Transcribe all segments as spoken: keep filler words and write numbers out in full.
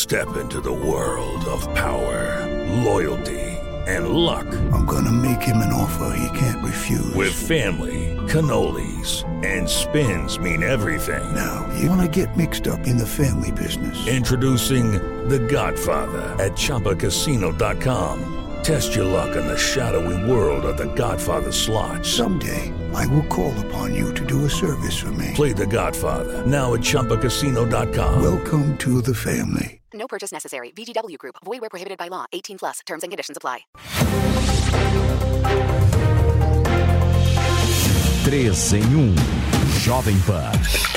Step into the world of power, loyalty, and luck. I'm gonna make him an offer he can't refuse. With family, cannolis, and spins mean everything. Now, you wanna get mixed up in the family business. Introducing The Godfather at Chumba Casino dot com. Test your luck in the shadowy world of The Godfather slot. Someday, I will call upon you to do a service for me. Play The Godfather now at Chumba Casino dot com. Welcome to the family. No purchase necessary. V G W Group. Void where prohibited by law. eighteen plus. Terms and conditions apply. três em um. Jovem Pan.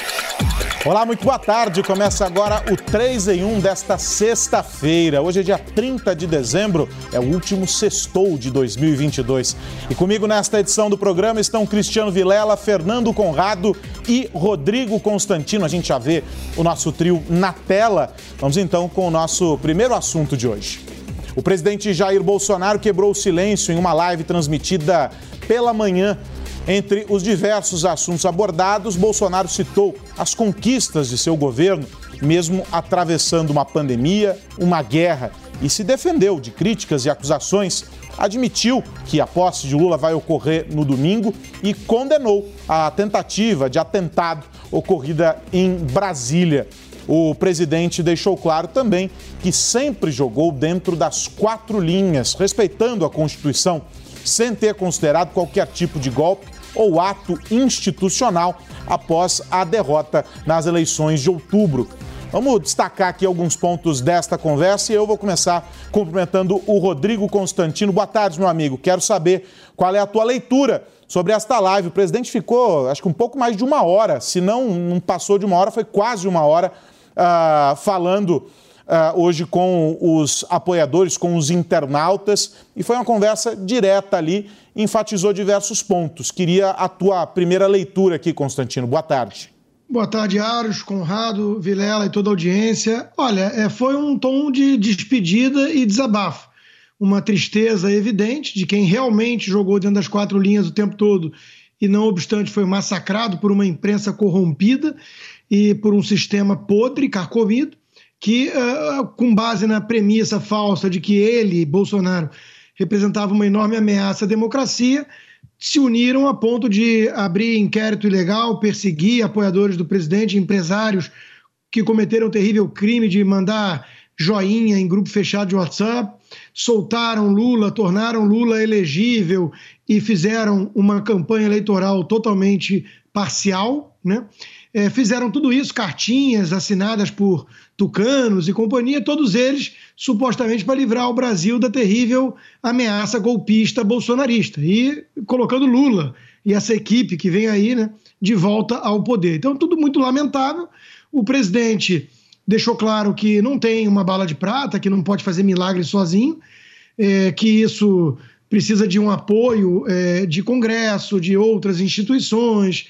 Olá, muito boa tarde. Começa agora o três em um desta sexta-feira. Hoje é dia trinta de dezembro, é o último sextou de dois mil e vinte e dois. E comigo nesta edição do programa estão Cristiano Vilela, Fernando Conrado e Rodrigo Constantino. A gente já vê o nosso trio na tela. Vamos então com o nosso primeiro assunto de hoje. O presidente Jair Bolsonaro quebrou o silêncio em uma live transmitida pela manhã. Entre os diversos assuntos abordados, Bolsonaro citou as conquistas de seu governo, mesmo atravessando uma pandemia, uma guerra, e se defendeu de críticas e acusações. Admitiu que a posse de Lula vai ocorrer no domingo e condenou a tentativa de atentado ocorrida em Brasília. O presidente deixou claro também que sempre jogou dentro das quatro linhas, respeitando a Constituição, sem ter considerado qualquer tipo de golpe ou ato institucional após a derrota nas eleições de outubro. Vamos destacar aqui alguns pontos desta conversa e eu vou começar cumprimentando o Rodrigo Constantino. Boa tarde, meu amigo. Quero saber qual é a tua leitura sobre esta live. O presidente ficou, acho que um pouco mais de uma hora, se não, não passou de uma hora, foi quase uma hora, uh, falando Uh, hoje com os apoiadores, com os internautas, e foi uma conversa direta ali, enfatizou diversos pontos. Queria a tua primeira leitura aqui, Constantino. Boa tarde. Boa tarde, Aros, Conrado, Vilela e toda a audiência. Olha, é, foi um tom de despedida e desabafo. Uma tristeza evidente de quem realmente jogou dentro das quatro linhas o tempo todo e, não obstante, foi massacrado por uma imprensa corrompida e por um sistema podre, carcomido, que, uh, com base na premissa falsa de que ele, Bolsonaro, representava uma enorme ameaça à democracia, se uniram a ponto de abrir inquérito ilegal, perseguir apoiadores do presidente, empresários que cometeram o terrível crime de mandar joinha em grupo fechado de WhatsApp, soltaram Lula, tornaram Lula elegível e fizeram uma campanha eleitoral totalmente parcial, né? É, fizeram tudo isso, cartinhas assinadas por tucanos e companhia, todos eles supostamente para livrar o Brasil da terrível ameaça golpista bolsonarista e colocando Lula e essa equipe que vem aí, né, de volta ao poder. Então, tudo muito lamentável. O presidente deixou claro que não tem uma bala de prata, que não pode fazer milagre sozinho, é, que isso precisa de um apoio é, de Congresso, de outras instituições.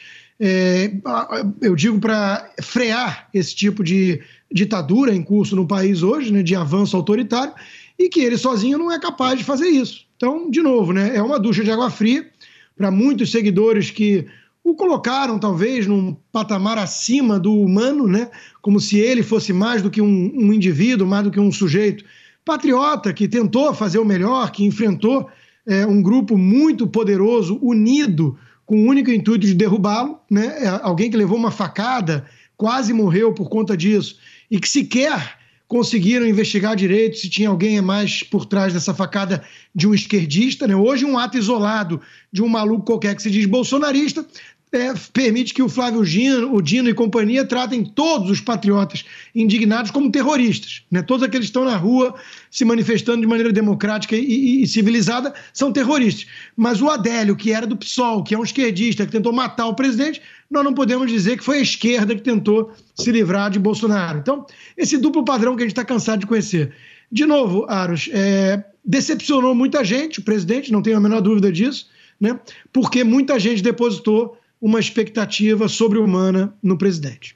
É, eu digo para frear esse tipo de ditadura em curso no país hoje, né, de avanço autoritário, e que ele sozinho não é capaz de fazer isso. Então, de novo, né, é uma ducha de água fria para muitos seguidores que o colocaram talvez num patamar acima do humano, né, como se ele fosse mais do que um, um indivíduo, mais do que um sujeito patriota que tentou fazer o melhor, que enfrentou é, um grupo muito poderoso, unido, com o único intuito de derrubá-lo, né? Alguém que levou uma facada, quase morreu por conta disso, e que sequer conseguiram investigar direito se tinha alguém a mais por trás dessa facada de um esquerdista, né? Hoje um ato isolado de um maluco qualquer que se diz bolsonarista é, permite que o Flávio Dino, o Dino e companhia tratem todos os patriotas indignados como terroristas, né? Todos aqueles que estão na rua se manifestando de maneira democrática e, e, e civilizada são terroristas. Mas o Adélio, que era do P SOL, que é um esquerdista, que tentou matar o presidente, nós não podemos dizer que foi a esquerda que tentou se livrar de Bolsonaro. Então, esse duplo padrão que a gente está cansado de conhecer. De novo, Aros, é, decepcionou muita gente, o presidente, não tenho a menor dúvida disso, né? Porque muita gente depositou uma expectativa sobre-humana no presidente.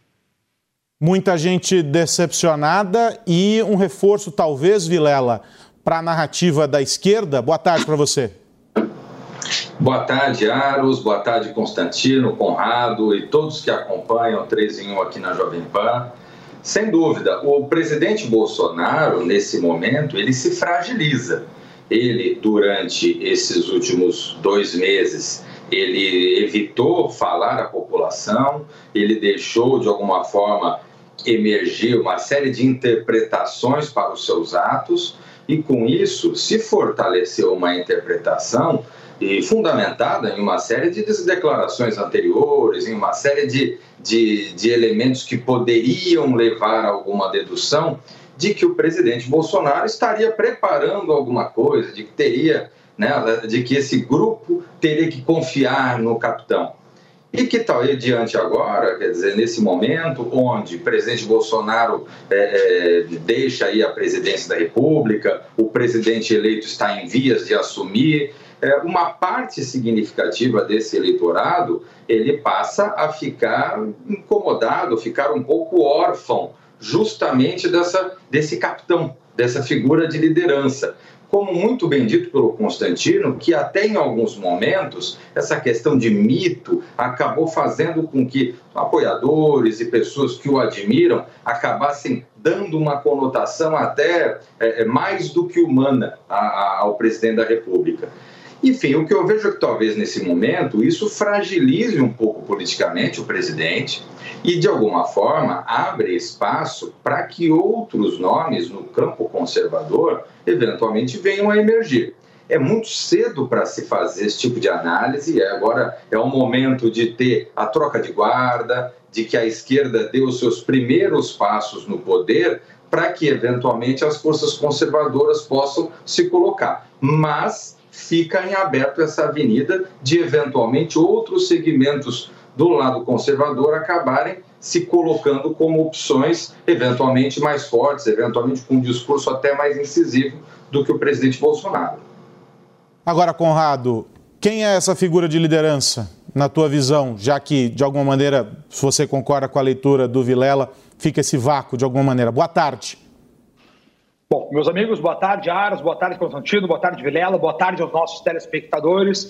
Muita gente decepcionada e um reforço, talvez, Vilela, para a narrativa da esquerda. Boa tarde para você. Boa tarde, Aros. Boa tarde, Constantino, Conrado e todos que acompanham o três em um aqui na Jovem Pan. Sem dúvida, o presidente Bolsonaro, nesse momento, ele se fragiliza. Ele, durante esses últimos dois meses, ele evitou falar à população, ele deixou, de alguma forma, emergir uma série de interpretações para os seus atos, e com isso se fortaleceu uma interpretação e fundamentada em uma série de declarações anteriores, em uma série de, de, de elementos que poderiam levar a alguma dedução de que o presidente Bolsonaro estaria preparando alguma coisa, de que teria, né, de que esse grupo teria que confiar no capitão. E que tal ir diante agora, quer dizer, nesse momento onde o presidente Bolsonaro é, é, deixa aí a presidência da República, o presidente eleito está em vias de assumir, é, uma parte significativa desse eleitorado, ele passa a ficar incomodado, ficar um pouco órfão, justamente dessa, desse capitão, dessa figura de liderança. Como muito bem dito pelo Constantino, que até em alguns momentos essa questão de mito acabou fazendo com que apoiadores e pessoas que o admiram acabassem dando uma conotação até é, mais do que humana a, a, ao presidente da República. Enfim, o que eu vejo é que talvez nesse momento isso fragilize um pouco politicamente o presidente e, de alguma forma, abre espaço para que outros nomes no campo conservador eventualmente venham a emergir. É muito cedo para se fazer esse tipo de análise, agora é o momento de ter a troca de guarda, de que a esquerda dê os seus primeiros passos no poder para que, eventualmente, as forças conservadoras possam se colocar. Mas fica em aberto essa avenida de, eventualmente, outros segmentos do lado conservador acabarem se colocando como opções, eventualmente, mais fortes, eventualmente com um discurso até mais incisivo do que o presidente Bolsonaro. Agora, Conrado, quem é essa figura de liderança, na tua visão, já que, de alguma maneira, se você concorda com a leitura do Vilela, fica esse vácuo de alguma maneira? Boa tarde. Bom, meus amigos, boa tarde, Aras, boa tarde, Constantino, boa tarde, Vilela, boa tarde aos nossos telespectadores.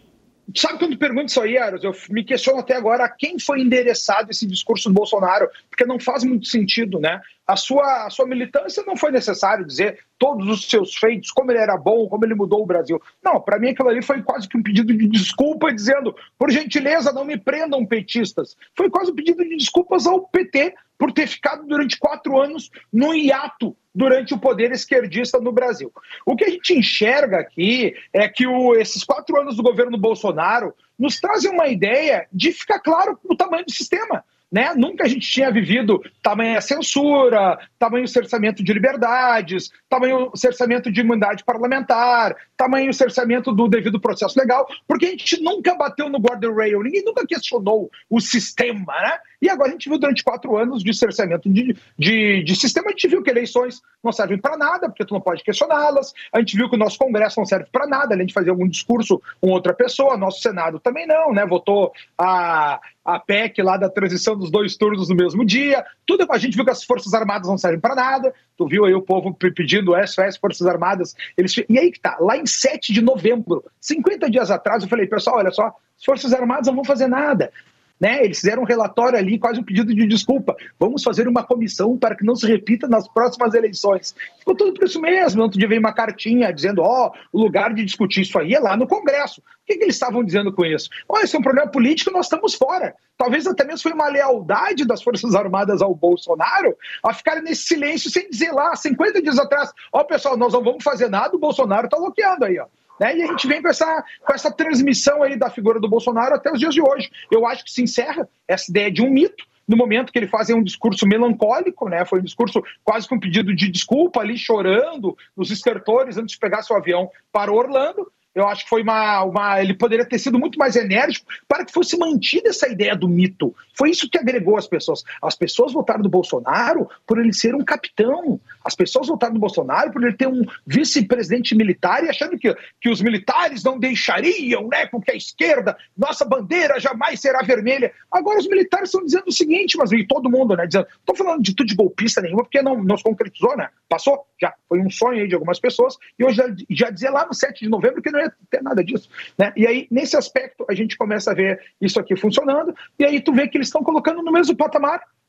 Sabe quando eu pergunto isso aí, Aras, eu me questiono até agora a quem foi endereçado esse discurso do Bolsonaro, porque não faz muito sentido, né? A sua, a sua militância não foi necessário dizer todos os seus feitos, como ele era bom, como ele mudou o Brasil. Não, para mim aquilo ali foi quase que um pedido de desculpa, dizendo, por gentileza, não me prendam petistas. Foi quase um pedido de desculpas ao P T por ter ficado durante quatro anos no hiato durante o poder esquerdista no Brasil. O que a gente enxerga aqui é que o, esses quatro anos do governo Bolsonaro nos trazem uma ideia de ficar claro o tamanho do sistema. Né? Nunca a gente tinha vivido tamanha censura, tamanho cerceamento de liberdades, tamanho cerceamento de imunidade parlamentar, tamanho cerceamento do devido processo legal, porque a gente nunca bateu no guardrail, ninguém nunca questionou o sistema, né? E agora a gente viu durante quatro anos de cerceamento de, de, de sistema, a gente viu que eleições não servem para nada, porque tu não pode questioná-las, a gente viu que o nosso Congresso não serve para nada, além de fazer algum discurso com outra pessoa, nosso Senado também não, né? Votou a... a P E C lá da transição dos dois turnos no mesmo dia, tudo, a gente viu que as Forças Armadas não servem para nada, tu viu aí o povo pedindo S O S Forças Armadas, eles, e aí que tá, lá em sete de novembro, cinquenta dias atrás, eu falei, pessoal, olha só, as Forças Armadas não vão fazer nada, né? Eles fizeram um relatório ali, quase um pedido de desculpa, vamos fazer uma comissão para que não se repita nas próximas eleições. Ficou tudo por isso mesmo. Outro dia veio uma cartinha dizendo, ó, oh, o lugar de discutir isso aí é lá no Congresso. O que, que eles estavam dizendo com isso? Ó, oh, esse é um problema político, nós estamos fora. Talvez até mesmo foi uma lealdade das Forças Armadas ao Bolsonaro a ficarem nesse silêncio sem dizer lá, cinquenta dias atrás, ó, oh, pessoal, nós não vamos fazer nada, o Bolsonaro tá bloqueando aí, ó. Né? E a gente vem com essa, com essa transmissão aí da figura do Bolsonaro até os dias de hoje. Eu acho que se encerra essa ideia de um mito, no momento que ele faz um discurso melancólico, né? Foi um discurso quase com um pedido de desculpa ali, chorando nos estertores antes de pegar seu avião para Orlando. Eu acho que foi uma, uma... ele poderia ter sido muito mais enérgico para que fosse mantida essa ideia do mito. Foi isso que agregou as pessoas. As pessoas votaram no Bolsonaro por ele ser um capitão. As pessoas votaram no Bolsonaro por ele ter um vice-presidente militar e achando que, que os militares não deixariam, né, com que a esquerda, nossa bandeira jamais será vermelha. Agora os militares estão dizendo o seguinte, mas e todo mundo, né, dizendo, não estou falando de tudo de golpista nenhuma, porque não, não se concretizou, né? Passou, já. Foi um sonho aí de algumas pessoas e hoje já, já dizia lá no sete de novembro que não ia ter nada disso, né? E aí, nesse aspecto, a gente começa a ver isso aqui funcionando, e aí tu vê que eles estão colocando no mesmo patamar,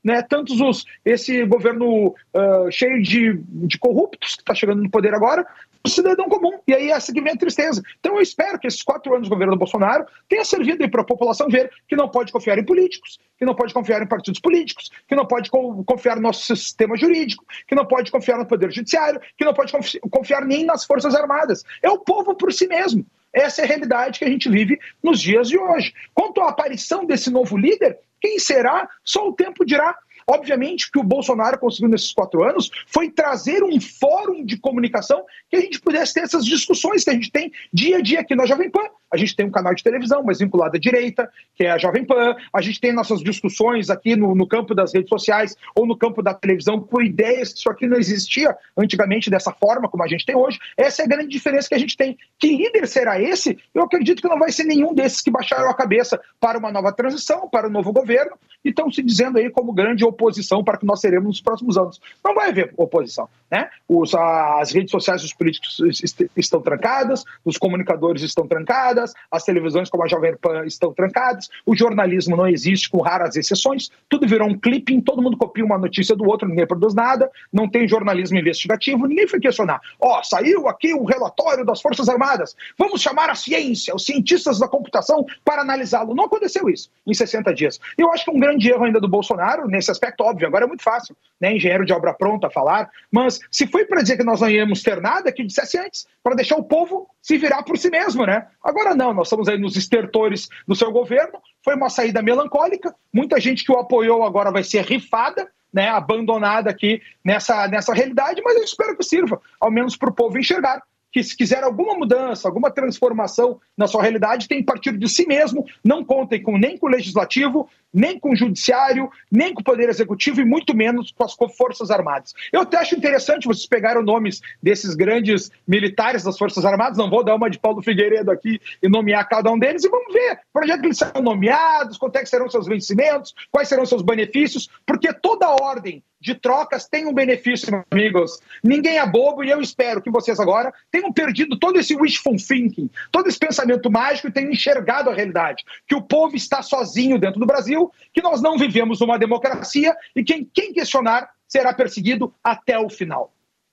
né, tantos os, esse governo uh, cheio de, de corruptos que está chegando no poder agora, o cidadão comum. E aí essa que vem a tristeza. Então eu espero que esses quatro anos do governo do Bolsonaro tenha servido para a população ver que não pode confiar em políticos, que não pode confiar em partidos políticos, que não pode confiar no nosso sistema jurídico, que não pode confiar no poder judiciário, que não pode confiar nem nas Forças Armadas. É o povo por si mesmo. Essa é a realidade que a gente vive nos dias de hoje. Quanto à aparição desse novo líder, quem será? Só o tempo dirá. Obviamente que o Bolsonaro conseguiu nesses quatro anos foi trazer um fórum de comunicação que a gente pudesse ter essas discussões que a gente tem dia a dia aqui na Jovem Pan. A gente tem um canal de televisão, mas vinculado à direita, que é a Jovem Pan. A gente tem nossas discussões aqui no, no campo das redes sociais ou no campo da televisão com ideias que isso aqui não existia antigamente dessa forma como a gente tem hoje. Essa é a grande diferença que a gente tem. Que líder será esse? Eu acredito que não vai ser nenhum desses que baixaram a cabeça para uma nova transição, para o novo governo e estão se dizendo aí como grande oposição para que nós seremos nos próximos anos. Não vai haver oposição, né? Os, as redes sociais dos políticos est- estão trancadas, os comunicadores estão trancados, as televisões como a Jovem Pan estão trancadas, o jornalismo não existe com raras exceções, tudo virou um clipping, todo mundo copia uma notícia do outro, ninguém produz nada, não tem jornalismo investigativo, ninguém foi questionar. Ó, oh, saiu aqui o relatório das Forças Armadas, vamos chamar a ciência, os cientistas da computação para analisá-lo. Não aconteceu isso em sessenta dias. Eu acho que é um grande erro ainda do Bolsonaro, nesse aspecto, óbvio, agora é muito fácil, né, engenheiro de obra pronta falar, mas se foi para dizer que nós não íamos ter nada, que dissesse antes, para deixar o povo se virar por si mesmo, né? Agora não, nós estamos aí nos estertores do seu governo, foi uma saída melancólica, muita gente que o apoiou agora vai ser rifada, né, abandonada aqui nessa, nessa realidade, mas eu espero que sirva, ao menos para o povo enxergar que se quiser alguma mudança, alguma transformação na sua realidade, tem que partir de si mesmo, não contem com, nem com o legislativo, nem com o judiciário, nem com o poder executivo e muito menos com as Forças Armadas. Eu até acho interessante vocês pegaram nomes desses grandes militares das Forças Armadas, não vou dar uma de Paulo Figueiredo aqui e nomear cada um deles, e vamos ver para onde é que eles serão nomeados, quanto é que serão seus vencimentos, quais serão seus benefícios, porque toda ordem de trocas tem um benefício, meus amigos. Ninguém é bobo e eu espero que vocês agora tenham perdido todo esse wishful thinking, todo esse pensamento mágico e tenham enxergado a realidade, que o povo está sozinho dentro do Brasil, que nós não vivemos uma democracia e quem, quem questionar será perseguido até o final.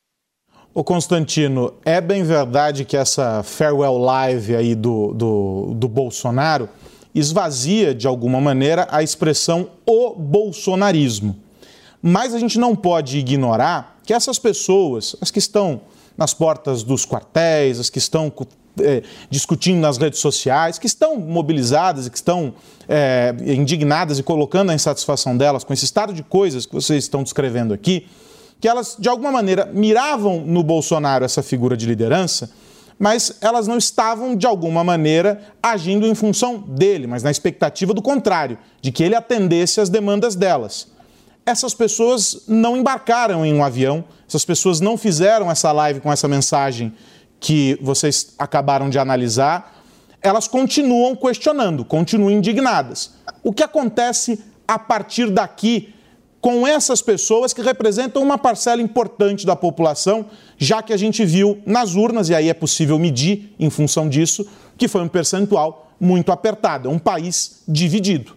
Ô Constantino, é bem verdade que essa farewell live aí do, do, do Bolsonaro esvazia de alguma maneira a expressão o bolsonarismo. Mas a gente não pode ignorar que essas pessoas, as que estão nas portas dos quartéis, as que estão é, discutindo nas redes sociais, que estão mobilizadas e que estão é, indignadas e colocando a insatisfação delas com esse estado de coisas que vocês estão descrevendo aqui, que elas, de alguma maneira, miravam no Bolsonaro essa figura de liderança, mas elas não estavam, de alguma maneira, agindo em função dele, mas na expectativa do contrário, de que ele atendesse às demandas delas. Essas pessoas não embarcaram em um avião, essas pessoas não fizeram essa live com essa mensagem que vocês acabaram de analisar, elas continuam questionando, continuam indignadas. O que acontece a partir daqui com essas pessoas que representam uma parcela importante da população, já que a gente viu nas urnas, e aí é possível medir em função disso, que foi um percentual muito apertado, é um país dividido.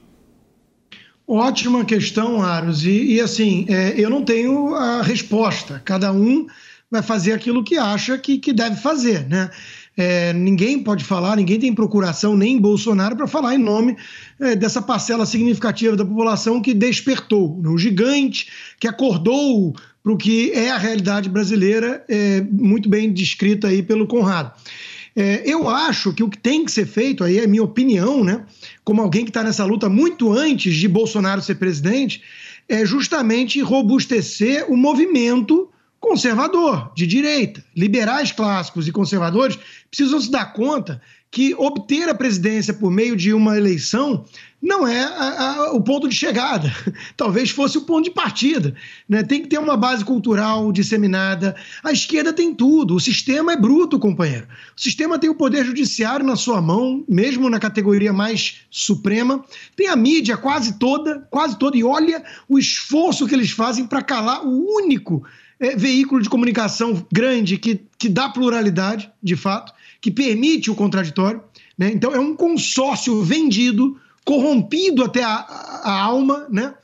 Ótima questão, Aros. E, e assim, é, eu não tenho a resposta. Cada um vai fazer aquilo que acha que, que deve fazer, né? É, ninguém pode falar, ninguém tem procuração, nem Bolsonaro, para falar em nome é, dessa parcela significativa da população que despertou, né? O gigante que acordou para o que é a realidade brasileira, é, muito bem descrita aí pelo Conrado. É, eu acho que o que tem que ser feito, aí é a minha opinião, né, como alguém que está nessa luta muito antes de Bolsonaro ser presidente, é justamente robustecer o movimento conservador, de direita. Liberais clássicos e conservadores precisam se dar conta que obter a presidência por meio de uma eleição não é a, a, o ponto de chegada, talvez fosse o ponto de partida, né? Tem que ter uma base cultural disseminada. A esquerda tem tudo, o sistema é bruto, companheiro. O sistema tem o poder judiciário na sua mão, mesmo na categoria mais suprema, tem a mídia quase toda, quase toda, e olha o esforço que eles fazem para calar o único é, veículo de comunicação grande que, que dá pluralidade, de fato, que permite o contraditório, né? Então é um consórcio vendido, corrompido até a, a, a alma, né?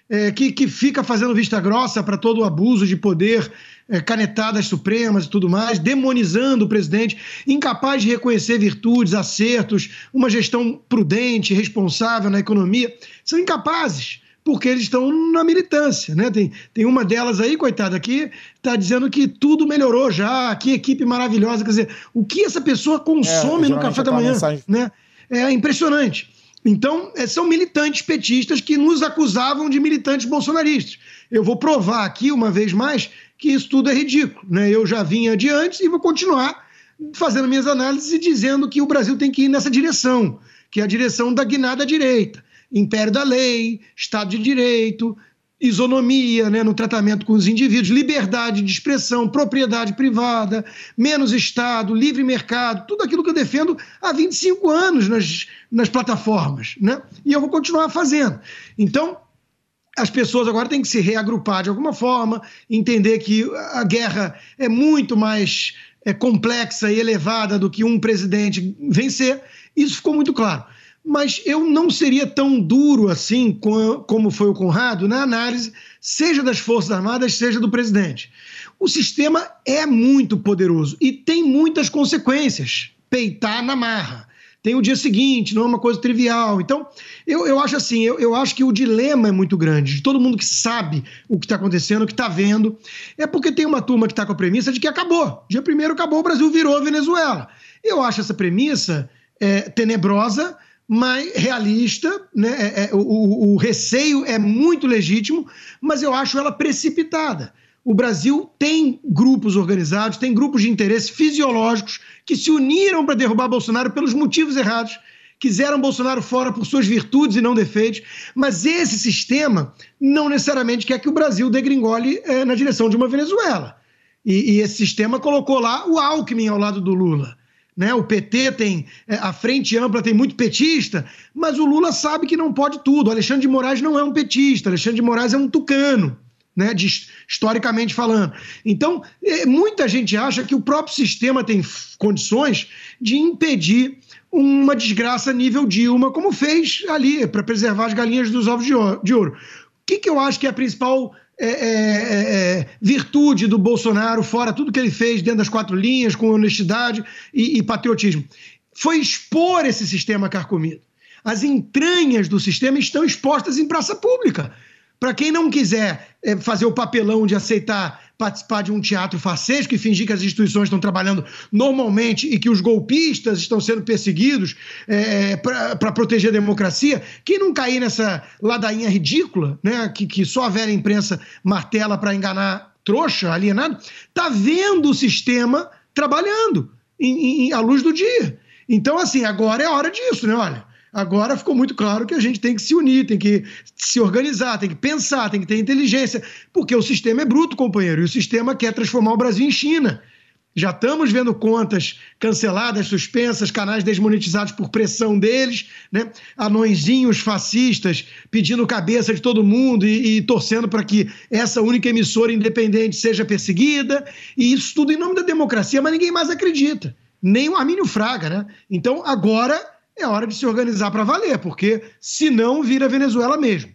é, que, que fica fazendo vista grossa para todo o abuso de poder, é, canetadas supremas e tudo mais, demonizando o presidente, incapaz de reconhecer virtudes, acertos, uma gestão prudente, responsável na economia, são incapazes, porque eles estão na militância, né? Tem, tem uma delas aí, coitada, que está dizendo que tudo melhorou já, que equipe maravilhosa. Quer dizer, o que essa pessoa consome é, no café da manhã, mensagem... né? É impressionante. Então, são militantes petistas que nos acusavam de militantes bolsonaristas. Eu vou provar aqui, uma vez mais, que isso tudo é ridículo, né? Eu já vinha adiante e vou continuar fazendo minhas análises e dizendo que o Brasil tem que ir nessa direção, que é a direção da guinada à direita. Império da lei, Estado de Direito, isonomia, né, no tratamento com os indivíduos, liberdade de expressão, propriedade privada, menos Estado, livre mercado, tudo aquilo que eu defendo há vinte e cinco anos nas, nas plataformas, né? E eu vou continuar fazendo. Então, as pessoas agora têm que se reagrupar de alguma forma, entender que a guerra é muito mais é, complexa e elevada do que um presidente vencer. Isso ficou muito claro. Mas eu não seria tão duro assim como foi o Conrado na análise, seja das Forças Armadas, seja do presidente. O sistema é muito poderoso e tem muitas consequências. Peitar na marra. Tem o dia seguinte, não é uma coisa trivial. Então, eu, eu acho assim, eu, eu acho que o dilema é muito grande, de todo mundo que sabe o que está acontecendo, o que está vendo, é porque tem uma turma que está com a premissa de que acabou. Dia primeiro acabou, o Brasil virou a Venezuela. Eu acho essa premissa é, tenebrosa, mas realista, né? é, é, o, o receio é muito legítimo, mas eu acho ela precipitada. O Brasil tem grupos organizados, tem grupos de interesse fisiológicos que se uniram para derrubar Bolsonaro pelos motivos errados, quiseram Bolsonaro fora por suas virtudes e não defeitos, mas esse sistema não necessariamente quer que o Brasil degringole é, na direção de uma Venezuela. E, e esse sistema colocou lá o Alckmin ao lado do Lula. Né? O P T tem, a Frente Ampla tem muito petista, mas o Lula sabe que não pode tudo. O Alexandre de Moraes não é um petista, Alexandre de Moraes é um tucano, né? de, historicamente falando. Então, muita gente acha que o próprio sistema tem condições de impedir uma desgraça nível Dilma, como fez ali, para preservar as galinhas dos ovos de ouro. O que, que eu acho que é a principal... É, é, é, virtude do Bolsonaro, fora tudo que ele fez dentro das quatro linhas, com honestidade e, e patriotismo, foi expor esse sistema carcomido. As entranhas do sistema estão expostas em praça pública. Para quem não quiser é, fazer o papelão de aceitar participar de um teatro farsesco e fingir que as instituições estão trabalhando normalmente e que os golpistas estão sendo perseguidos é, para proteger a democracia, quem não cair nessa ladainha ridícula, né, que, que só a velha imprensa martela para enganar trouxa, alienado, está vendo o sistema trabalhando em, em, à luz do dia. Então, assim, agora é a hora disso, né? Olha, agora ficou muito claro que a gente tem que se unir, tem que se organizar, tem que pensar, tem que ter inteligência, porque o sistema é bruto, companheiro, e o sistema quer transformar o Brasil em China. Já estamos vendo contas canceladas, suspensas, canais desmonetizados por pressão deles, né? Anõezinhos fascistas pedindo cabeça de todo mundo e, e torcendo para que essa única emissora independente seja perseguida, e isso tudo em nome da democracia, mas ninguém mais acredita, nem o Armínio Fraga, né? Então agora é hora de se organizar para valer, porque senão vira Venezuela mesmo.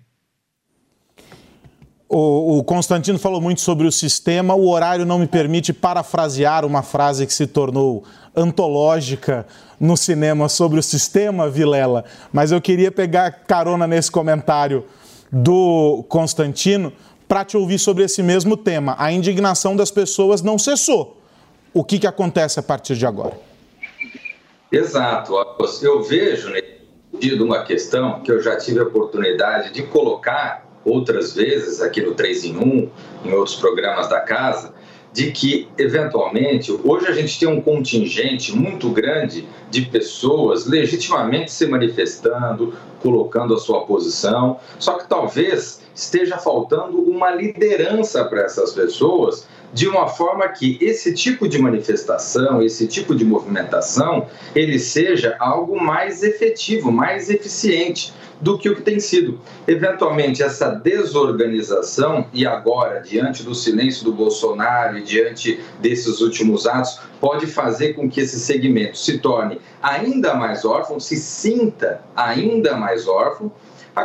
O, o Constantino falou muito sobre o sistema, o horário não me permite parafrasear uma frase que se tornou antológica no cinema sobre o sistema, Vilela, mas eu queria pegar carona nesse comentário do Constantino para te ouvir sobre esse mesmo tema. A indignação das pessoas não cessou. O que, que acontece a partir de agora? Exato. Eu vejo nesse sentido uma questão que eu já tive a oportunidade de colocar outras vezes aqui no três em um, em outros programas da casa, de que, eventualmente, hoje a gente tem um contingente muito grande de pessoas legitimamente se manifestando, colocando a sua posição, só que talvez esteja faltando uma liderança para essas pessoas, de uma forma que esse tipo de manifestação, esse tipo de movimentação, ele seja algo mais efetivo, mais eficiente do que o que tem sido. Eventualmente, essa desorganização, e agora, diante do silêncio do Bolsonaro e diante desses últimos atos, pode fazer com que esse segmento se torne ainda mais órfão, se sinta ainda mais órfão. Agora,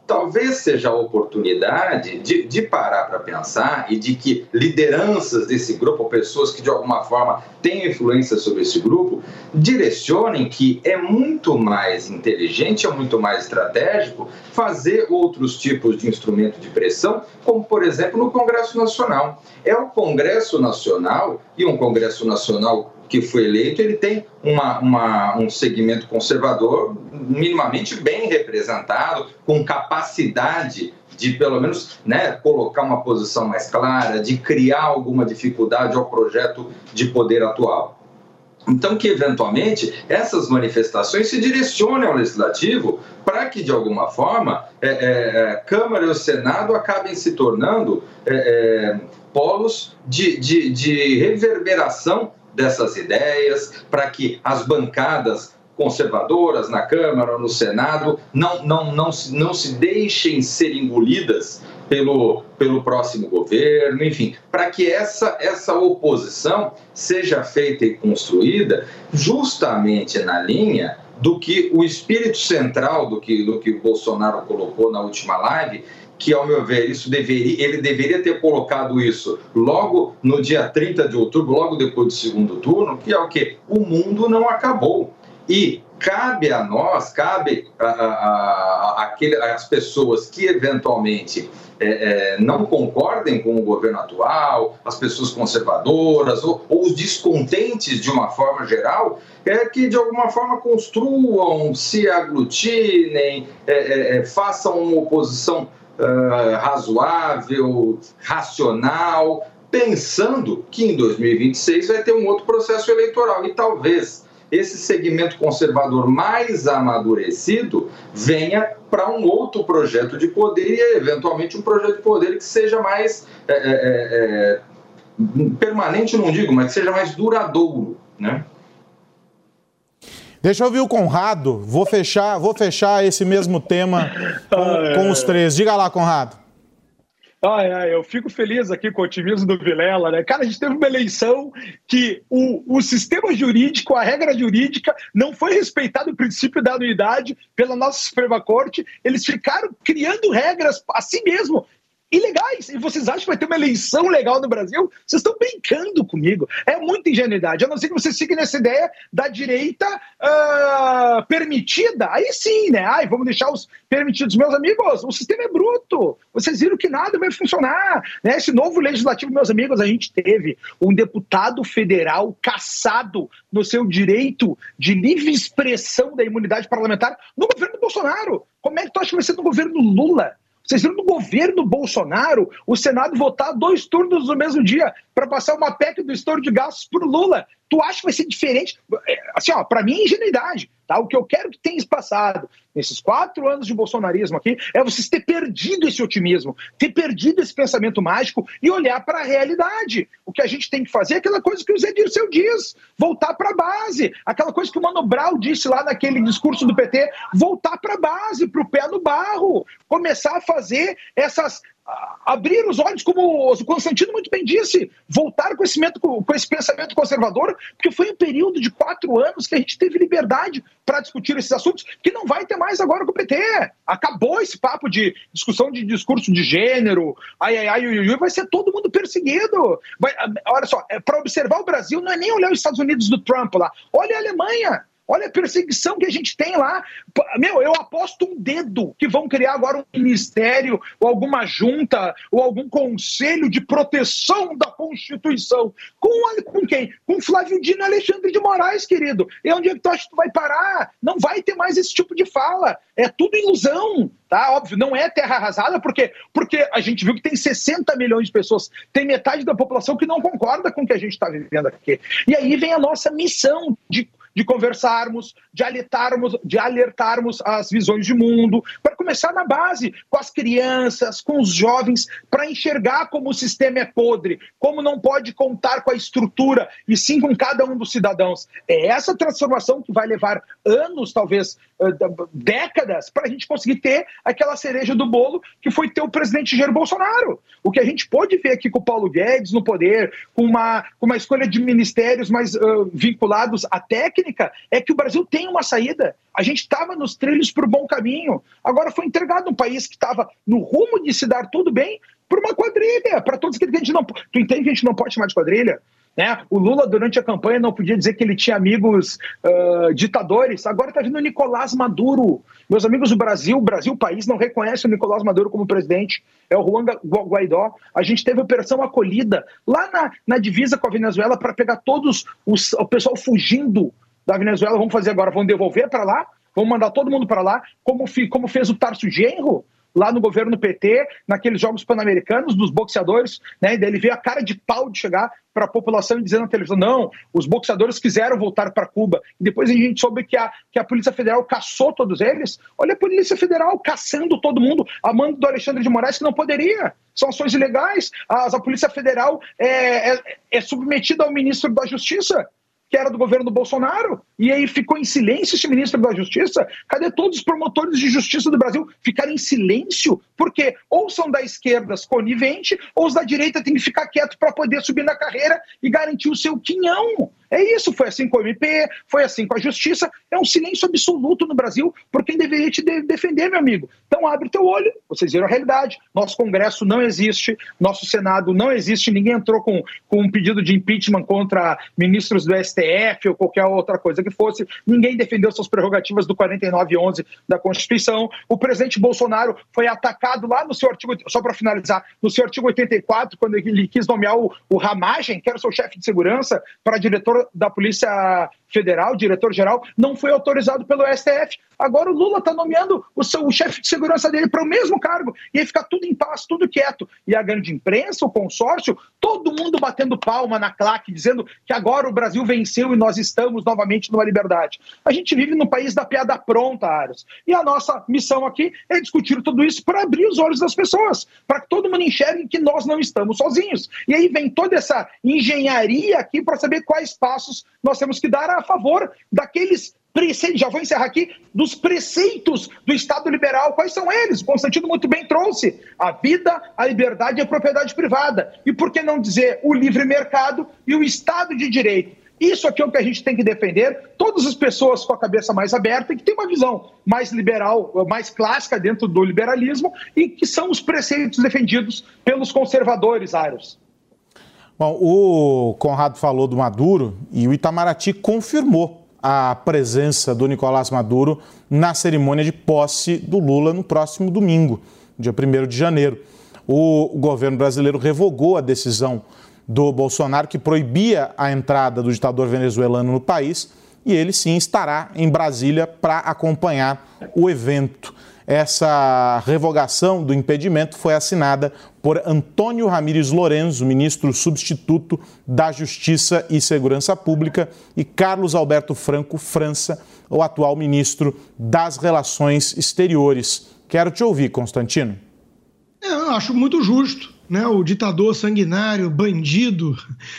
talvez seja a oportunidade de, de parar para pensar e de que lideranças desse grupo, pessoas que de alguma forma têm influência sobre esse grupo, direcionem que é muito mais inteligente, é muito mais estratégico fazer outros tipos de instrumento de pressão, como por exemplo no Congresso Nacional. É o Congresso Nacional, e um Congresso Nacional que foi eleito, ele tem uma, uma, um segmento conservador minimamente bem representado, com capacidade de, pelo menos, né, colocar uma posição mais clara, de criar alguma dificuldade ao projeto de poder atual. Então, que, eventualmente, essas manifestações se direcionem ao Legislativo para que, de alguma forma, é, é, a Câmara e o Senado acabem se tornando é, é, polos de, de, de reverberação dessas ideias, para que as bancadas conservadoras na Câmara ou no Senado não, não, não, não se deixem ser engolidas pelo, pelo próximo governo, enfim, para que essa, essa oposição seja feita e construída justamente na linha do que o espírito central do que, do que o Bolsonaro colocou na última live, que, ao meu ver, isso deveria, ele deveria ter colocado isso logo no dia trinta de outubro, logo depois do segundo turno, que é o quê? O mundo não acabou. E cabe a nós, cabe a, a, a, aquele, as pessoas que eventualmente é, é, não concordem com o governo atual, as pessoas conservadoras ou, ou os descontentes de uma forma geral, é que de alguma forma construam, se aglutinem, é, é, façam uma oposição Uh, razoável, racional, pensando que em dois mil e vinte e seis vai ter um outro processo eleitoral e talvez esse segmento conservador mais amadurecido venha para um outro projeto de poder e eventualmente um projeto de poder que seja mais é, é, é, permanente, não digo, mas que seja mais duradouro, né? Deixa eu ouvir o Conrado, vou fechar, vou fechar esse mesmo tema com, ah, é. com os três. Diga lá, Conrado. Ai, ai, eu fico feliz aqui com o otimismo do Vilela, né? Cara, a gente teve uma eleição que o, o sistema jurídico, a regra jurídica, não foi respeitado o princípio da anuidade pela nossa Suprema Corte. Eles ficaram criando regras a si mesmo, ilegais. E vocês acham que vai ter uma eleição legal no Brasil? Vocês estão brincando comigo. É muita ingenuidade. A não ser que vocês fiquem nessa ideia da direita uh, permitida. Aí sim, né? Ai, vamos deixar os permitidos. Meus amigos, o sistema é bruto. Vocês viram que nada vai funcionar. Né? Esse novo legislativo, meus amigos, a gente teve um deputado federal cassado no seu direito de livre expressão da imunidade parlamentar no governo Bolsonaro. Como é que tu acha que vai ser no governo Lula? Vocês viram no governo Bolsonaro o Senado votar dois turnos no mesmo dia para passar uma P E C do estouro de gastos por Lula. Tu acha que vai ser diferente? Assim, ó, para mim é ingenuidade. Tá? O que eu quero que tenha passado nesses quatro anos de bolsonarismo aqui é vocês ter perdido esse otimismo, ter perdido esse pensamento mágico e olhar para a realidade. O que a gente tem que fazer é aquela coisa que o Zé Dirceu diz, voltar para a base. Aquela coisa que o Mano Brown disse lá naquele discurso do P T, voltar para a base, para o pé no barro, começar a fazer essas... abrir os olhos, como o Constantino muito bem disse, voltar com esse, com esse pensamento conservador, porque foi um período de quatro anos que a gente teve liberdade para discutir esses assuntos, que não vai ter mais agora com o P T. Acabou esse papo de discussão de discurso de gênero, ai, ai, ai, ui, ui, vai ser todo mundo perseguido. Vai, olha só, para observar o Brasil não é nem olhar os Estados Unidos do Trump lá, olha a Alemanha. Olha a perseguição que a gente tem lá. Meu, eu aposto um dedo que vão criar agora um ministério, ou alguma junta, ou algum conselho de proteção da Constituição. Com, com quem? Com Flávio Dino e Alexandre de Moraes, querido. E onde é que tu acha que tu vai parar? Não vai ter mais esse tipo de fala. É tudo ilusão. Tá? Óbvio, não é terra arrasada, porque, porque a gente viu que tem sessenta milhões de pessoas, tem metade da população que não concorda com o que a gente está vivendo aqui. E aí vem a nossa missão de de conversarmos, de alertarmos, de alertarmos as visões de mundo, para começar na base, com as crianças, com os jovens, para enxergar como o sistema é podre, como não pode contar com a estrutura, e sim com cada um dos cidadãos. É essa transformação que vai levar anos, talvez décadas, para a gente conseguir ter aquela cereja do bolo que foi ter o presidente Jair Bolsonaro. O que a gente pôde ver aqui com o Paulo Guedes no poder, com uma, com uma escolha de ministérios mais uh, vinculados à técnica, técnica é que o Brasil tem uma saída. A gente estava nos trilhos para o bom caminho. Agora foi entregado um país que estava no rumo de se dar tudo bem por uma quadrilha, para todos aqueles que a gente não... Tu entende que a gente não pode chamar de quadrilha? Né? O Lula, durante a campanha, não podia dizer que ele tinha amigos uh, ditadores. Agora está vindo o Nicolás Maduro. Meus amigos, o Brasil, o Brasil, o país, não reconhece o Nicolás Maduro como presidente. É o Juan Guaidó. A gente teve a Operação Acolhida lá na, na divisa com a Venezuela para pegar todos os, o pessoal fugindo da Venezuela. Vamos fazer agora, vamos devolver para lá, vamos mandar todo mundo para lá, como, fi, como fez o Tarso Genro, lá no governo P T, naqueles Jogos Pan-Americanos, dos boxeadores, né? E daí ele veio a cara de pau de chegar para a população e dizer na televisão, não, os boxeadores quiseram voltar para Cuba. E depois a gente soube que a, que a Polícia Federal caçou todos eles. Olha a Polícia Federal caçando todo mundo, a mando do Alexandre de Moraes, que não poderia. São ações ilegais. A, a Polícia Federal é, é, é submetida ao ministro da Justiça, que era do governo do Bolsonaro, e aí ficou em silêncio esse ministro da Justiça. Cadê todos os promotores de justiça do Brasil? Ficaram em silêncio, porque ou são da esquerda conivente, ou os da direita têm que ficar quieto para poder subir na carreira e garantir o seu quinhão. É isso, foi assim com o M P, foi assim com a Justiça. É um silêncio absoluto no Brasil por quem deveria te de- defender, meu amigo. Então abre teu olho, vocês viram a realidade. Nosso Congresso não existe, nosso Senado não existe, ninguém entrou com, com um pedido de impeachment contra ministros do S T F ou qualquer outra coisa que fosse. Ninguém defendeu suas prerrogativas do quarenta e nove onze da Constituição. O presidente Bolsonaro foi atacado lá no seu artigo, só para finalizar, no seu artigo oitenta e quatro, quando ele quis nomear o, o Ramagem, que era o seu chefe de segurança, para diretor da Polícia Federal, diretor-geral, não foi autorizado pelo S T F. Agora o Lula está nomeando o, seu, o chefe de segurança dele para o mesmo cargo. E aí fica tudo em paz, tudo quieto. E a grande imprensa, o consórcio, todo mundo batendo palma na claque, dizendo que agora o Brasil venceu e nós estamos novamente numa liberdade. A gente vive no país da piada pronta, Aros. E a nossa missão aqui é discutir tudo isso para abrir os olhos das pessoas, para que todo mundo enxergue que nós não estamos sozinhos. E aí vem toda essa engenharia aqui para saber quais passos nós temos que dar a favor daqueles preceitos, já vou encerrar aqui, dos preceitos do Estado liberal. Quais são eles? O Constantino muito bem trouxe. A vida, a liberdade e a propriedade privada. E por que não dizer o livre mercado e o Estado de Direito? Isso aqui é o que a gente tem que defender. Todas as pessoas com a cabeça mais aberta e que têm uma visão mais liberal, mais clássica dentro do liberalismo e que são os preceitos defendidos pelos conservadores, Aros. Bom, o Conrado falou do Maduro e o Itamaraty confirmou a presença do Nicolás Maduro na cerimônia de posse do Lula no próximo domingo, dia primeiro de janeiro. O governo brasileiro revogou a decisão do Bolsonaro que proibia a entrada do ditador venezuelano no país e ele sim estará em Brasília para acompanhar o evento. Essa revogação do impedimento foi assinada por Antônio Ramírez Lorenzo, ministro substituto da Justiça e Segurança Pública, e Carlos Alberto Franco França, o atual ministro das Relações Exteriores. Quero te ouvir, Constantino. Eu acho muito justo, né? O ditador sanguinário, bandido,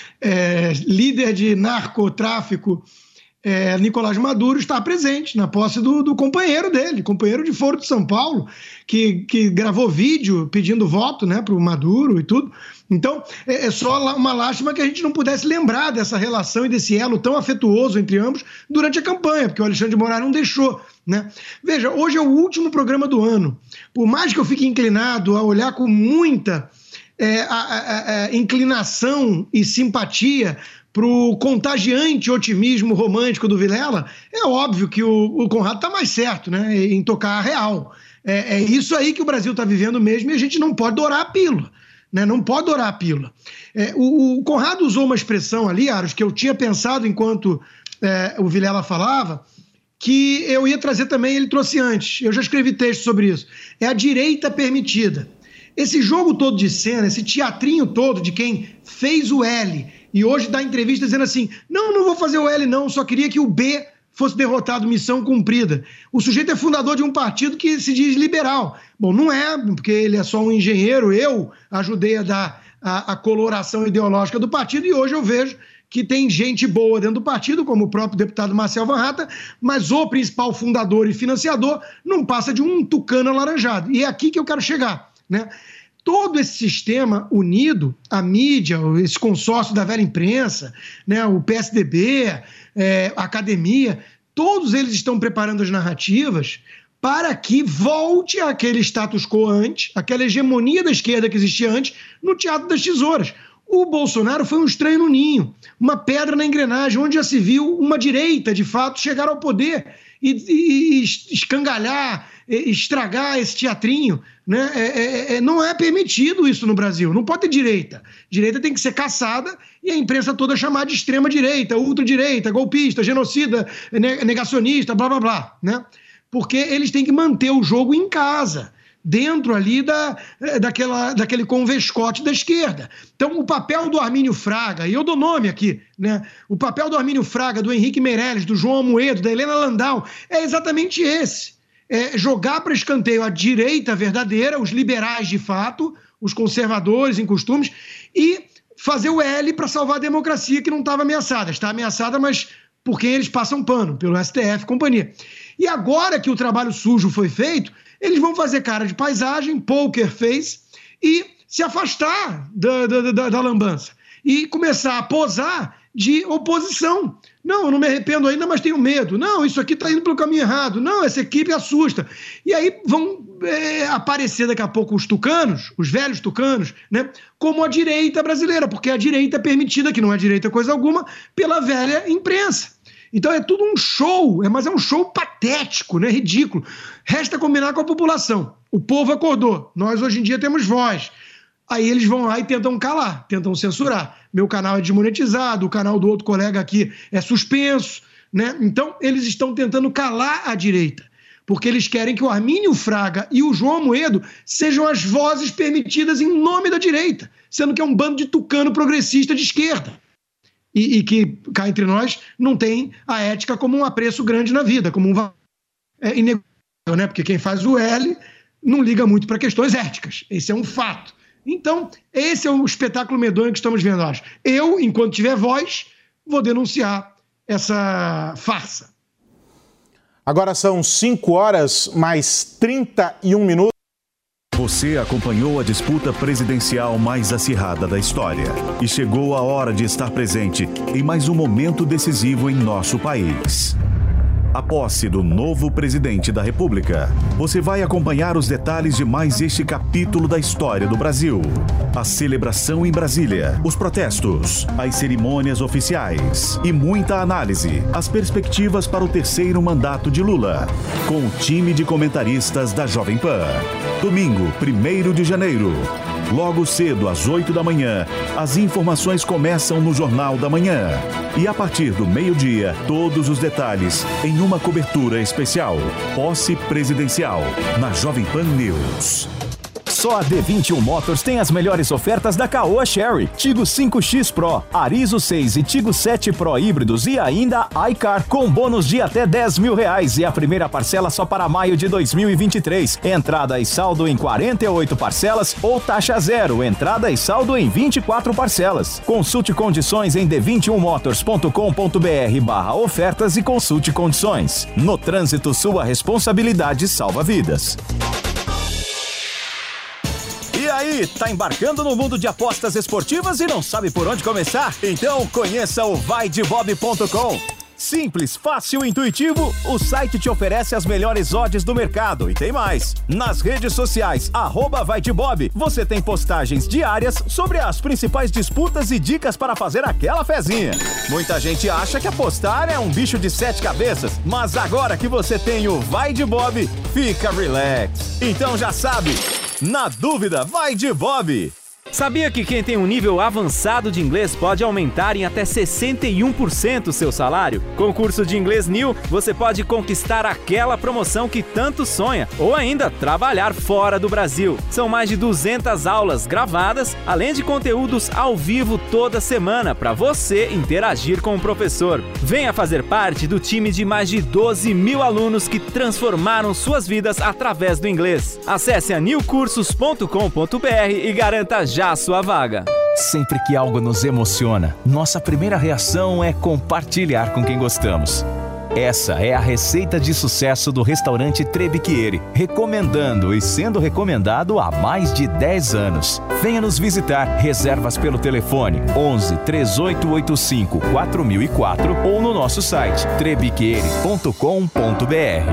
é, líder de narcotráfico, É, Nicolás Maduro está presente na posse do, do companheiro dele, companheiro de Foro de São Paulo, que, que gravou vídeo pedindo voto, né, para o Maduro e tudo. Então, é, é só uma lástima que a gente não pudesse lembrar dessa relação e desse elo tão afetuoso entre ambos durante a campanha, porque o Alexandre de Moraes não deixou, né? Veja, hoje é o último programa do ano. Por mais que eu fique inclinado a olhar com muita é, a, a, a inclinação e simpatia para o contagiante otimismo romântico do Vilela, é óbvio que o, o Conrado está mais certo, né, em tocar a real. É, é isso aí que o Brasil está vivendo mesmo e a gente não pode dourar a pílula. Né, não pode dourar a pílula. É, o, o Conrado usou uma expressão ali, Aros, que eu tinha pensado enquanto é, o Vilela falava, que eu ia trazer também, ele trouxe antes. Eu já escrevi texto sobre isso. É a direita permitida. Esse jogo todo de cena, esse teatrinho todo de quem fez o L e hoje dá entrevista dizendo assim, não, não vou fazer o L não, só queria que o B fosse derrotado, missão cumprida. O sujeito é fundador de um partido que se diz liberal. Bom, não é, porque ele é só um engenheiro, eu ajudei a dar a, a coloração ideológica do partido e hoje eu vejo que tem gente boa dentro do partido, como o próprio deputado Marcel Van Hatten, mas o principal fundador e financiador não passa de um tucano alaranjado. E é aqui que eu quero chegar, né? todo esse sistema unido, a mídia, esse consórcio da velha imprensa, né, o P S D B, é, a academia, todos eles estão preparando as narrativas para que volte aquele status quo antes, aquela hegemonia da esquerda que existia antes, no teatro das tesouras. O Bolsonaro foi um estranho no ninho, uma pedra na engrenagem, onde já se viu uma direita, de fato, chegar ao poder e, e, e escangalhar, e estragar esse teatrinho. Né? É, é, não é permitido isso no Brasil, não pode ter direita. Direita tem que ser caçada e a imprensa toda chamar de extrema-direita, ultradireita, golpista, genocida, negacionista, blá, blá, blá. Né? Porque eles têm que manter o jogo em casa, dentro ali da, daquela, daquele convescote da esquerda. Então, o papel do Armínio Fraga, e eu dou nome aqui, né? O papel do Armínio Fraga, do Henrique Meirelles, do João Amoedo, da Helena Landau, é exatamente esse. É jogar para escanteio a direita verdadeira, os liberais de fato, os conservadores em costumes, e fazer o L para salvar a democracia que não estava ameaçada. Está ameaçada, mas por quem eles passam pano, pelo S T F e companhia. E agora que o trabalho sujo foi feito, eles vão fazer cara de paisagem, poker face, e se afastar da, da, da, da lambança. E começar a posar de oposição. Não, eu não me arrependo ainda, mas tenho medo. Não, isso aqui está indo pelo caminho errado. Não, essa equipe assusta. E aí vão é, aparecer daqui a pouco os tucanos, os velhos tucanos, né, como a direita brasileira, porque a direita é permitida, que não é direita coisa alguma, pela velha imprensa. Então é tudo um show, é, mas é um show patético, né, ridículo. Resta combinar com a população. O povo acordou, nós hoje em dia temos voz. Aí eles vão lá e tentam calar, tentam censurar. Meu canal é desmonetizado, o canal do outro colega aqui é suspenso. Né? Então eles estão tentando calar a direita, porque eles querem que o Armínio Fraga e o João Amoedo sejam as vozes permitidas em nome da direita, sendo que é um bando de tucano progressista de esquerda. E, e que, cá entre nós, não tem a ética como um apreço grande na vida, como um valor é, inegável, né? Porque quem faz o L não liga muito para questões éticas. Esse é um fato. Então, esse é o espetáculo medonho que estamos vendo hoje. Eu, enquanto tiver voz, vou denunciar essa farsa. Agora são cinco horas mais trinta e um minutos. Você acompanhou a disputa presidencial mais acirrada da história e chegou a hora de estar presente em mais um momento decisivo em nosso país. A posse do novo presidente da República. Você vai acompanhar os detalhes de mais este capítulo da história do Brasil. A celebração em Brasília, os protestos, as cerimônias oficiais e muita análise. As perspectivas para o terceiro mandato de Lula. Com o time de comentaristas da Jovem Pan. Domingo, primeiro de janeiro. Logo cedo, às oito da manhã, as informações começam no Jornal da Manhã. E a partir do meio-dia, todos os detalhes em uma cobertura especial. Posse presidencial, na Jovem Pan News. Só a D vinte e um Motors tem as melhores ofertas da Caoa Chery. Tigo cinco X Pro, Arizo seis e Tigo sete Pro híbridos e ainda iCar com bônus de até dez mil reais e a primeira parcela só para maio de dois mil e vinte e três. Entrada e saldo em quarenta e oito parcelas ou taxa zero. Entrada e saldo em vinte e quatro parcelas. Consulte condições em d vinte e um motors ponto com ponto b r barra ofertas e consulte condições. No trânsito, sua responsabilidade salva vidas. E aí, tá embarcando no mundo de apostas esportivas e não sabe por onde começar? Então conheça o vai de bob ponto com. Simples, fácil e intuitivo, o site te oferece as melhores odds do mercado e tem mais. Nas redes sociais, arroba vai de bob, você tem postagens diárias sobre as principais disputas e dicas para fazer aquela fezinha. Muita gente acha que apostar é um bicho de sete cabeças, mas agora que você tem o Vai de Bob, fica relax. Então já sabe, na dúvida, vai de Bob. Sabia que quem tem um nível avançado de inglês pode aumentar em até sessenta e um por cento o seu salário? Com o curso de Inglês New, você pode conquistar aquela promoção que tanto sonha ou ainda trabalhar fora do Brasil. São mais de duzentas aulas gravadas, além de conteúdos ao vivo toda semana para você interagir com o professor. Venha fazer parte do time de mais de doze mil alunos que transformaram suas vidas através do inglês. Acesse a new cursos ponto com ponto b r e garanta já já a sua vaga. Sempre que algo nos emociona, nossa primeira reação é compartilhar com quem gostamos. Essa é a receita de sucesso do restaurante Trebicchieri, recomendando e sendo recomendado há mais de dez anos. Venha nos visitar. Reservas pelo telefone onze, três oito oito cinco, quatro mil e quatro ou no nosso site trebicchieri ponto com ponto b r.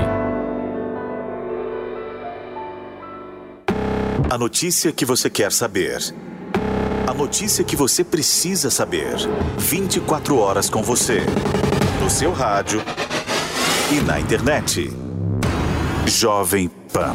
A notícia que você quer saber. A notícia que você precisa saber. vinte e quatro horas com você. No seu rádio e na internet. Jovem Pan.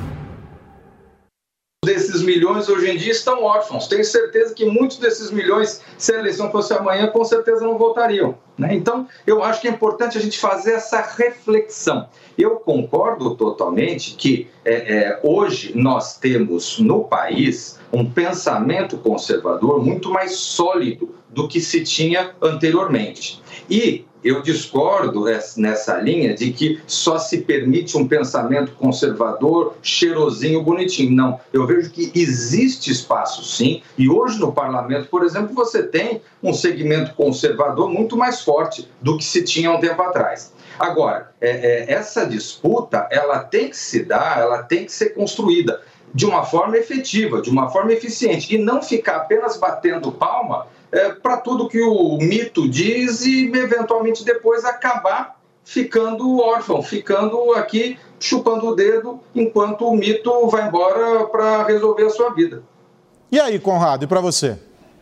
Desses milhões hoje em dia estão órfãos. Tenho certeza que muitos desses milhões, se a eleição fosse amanhã, com certeza não votariam, né? Então, eu acho que é importante a gente fazer essa reflexão. Eu concordo totalmente que é, é, hoje nós temos no país um pensamento conservador muito mais sólido do que se tinha anteriormente. E eu discordo nessa linha de que só se permite um pensamento conservador, cheirosinho, bonitinho. Não, eu vejo que existe espaço sim, e hoje no parlamento, por exemplo, você tem um segmento conservador muito mais forte do que se tinha há um tempo atrás. Agora, é, é, essa disputa, ela tem que se dar, ela tem que ser construída de uma forma efetiva, de uma forma eficiente, e não ficar apenas batendo palma É, para tudo que o mito diz e, eventualmente, depois acabar ficando órfão, ficando aqui chupando o dedo enquanto o mito vai embora para resolver a sua vida. E aí, Conrado, e para você?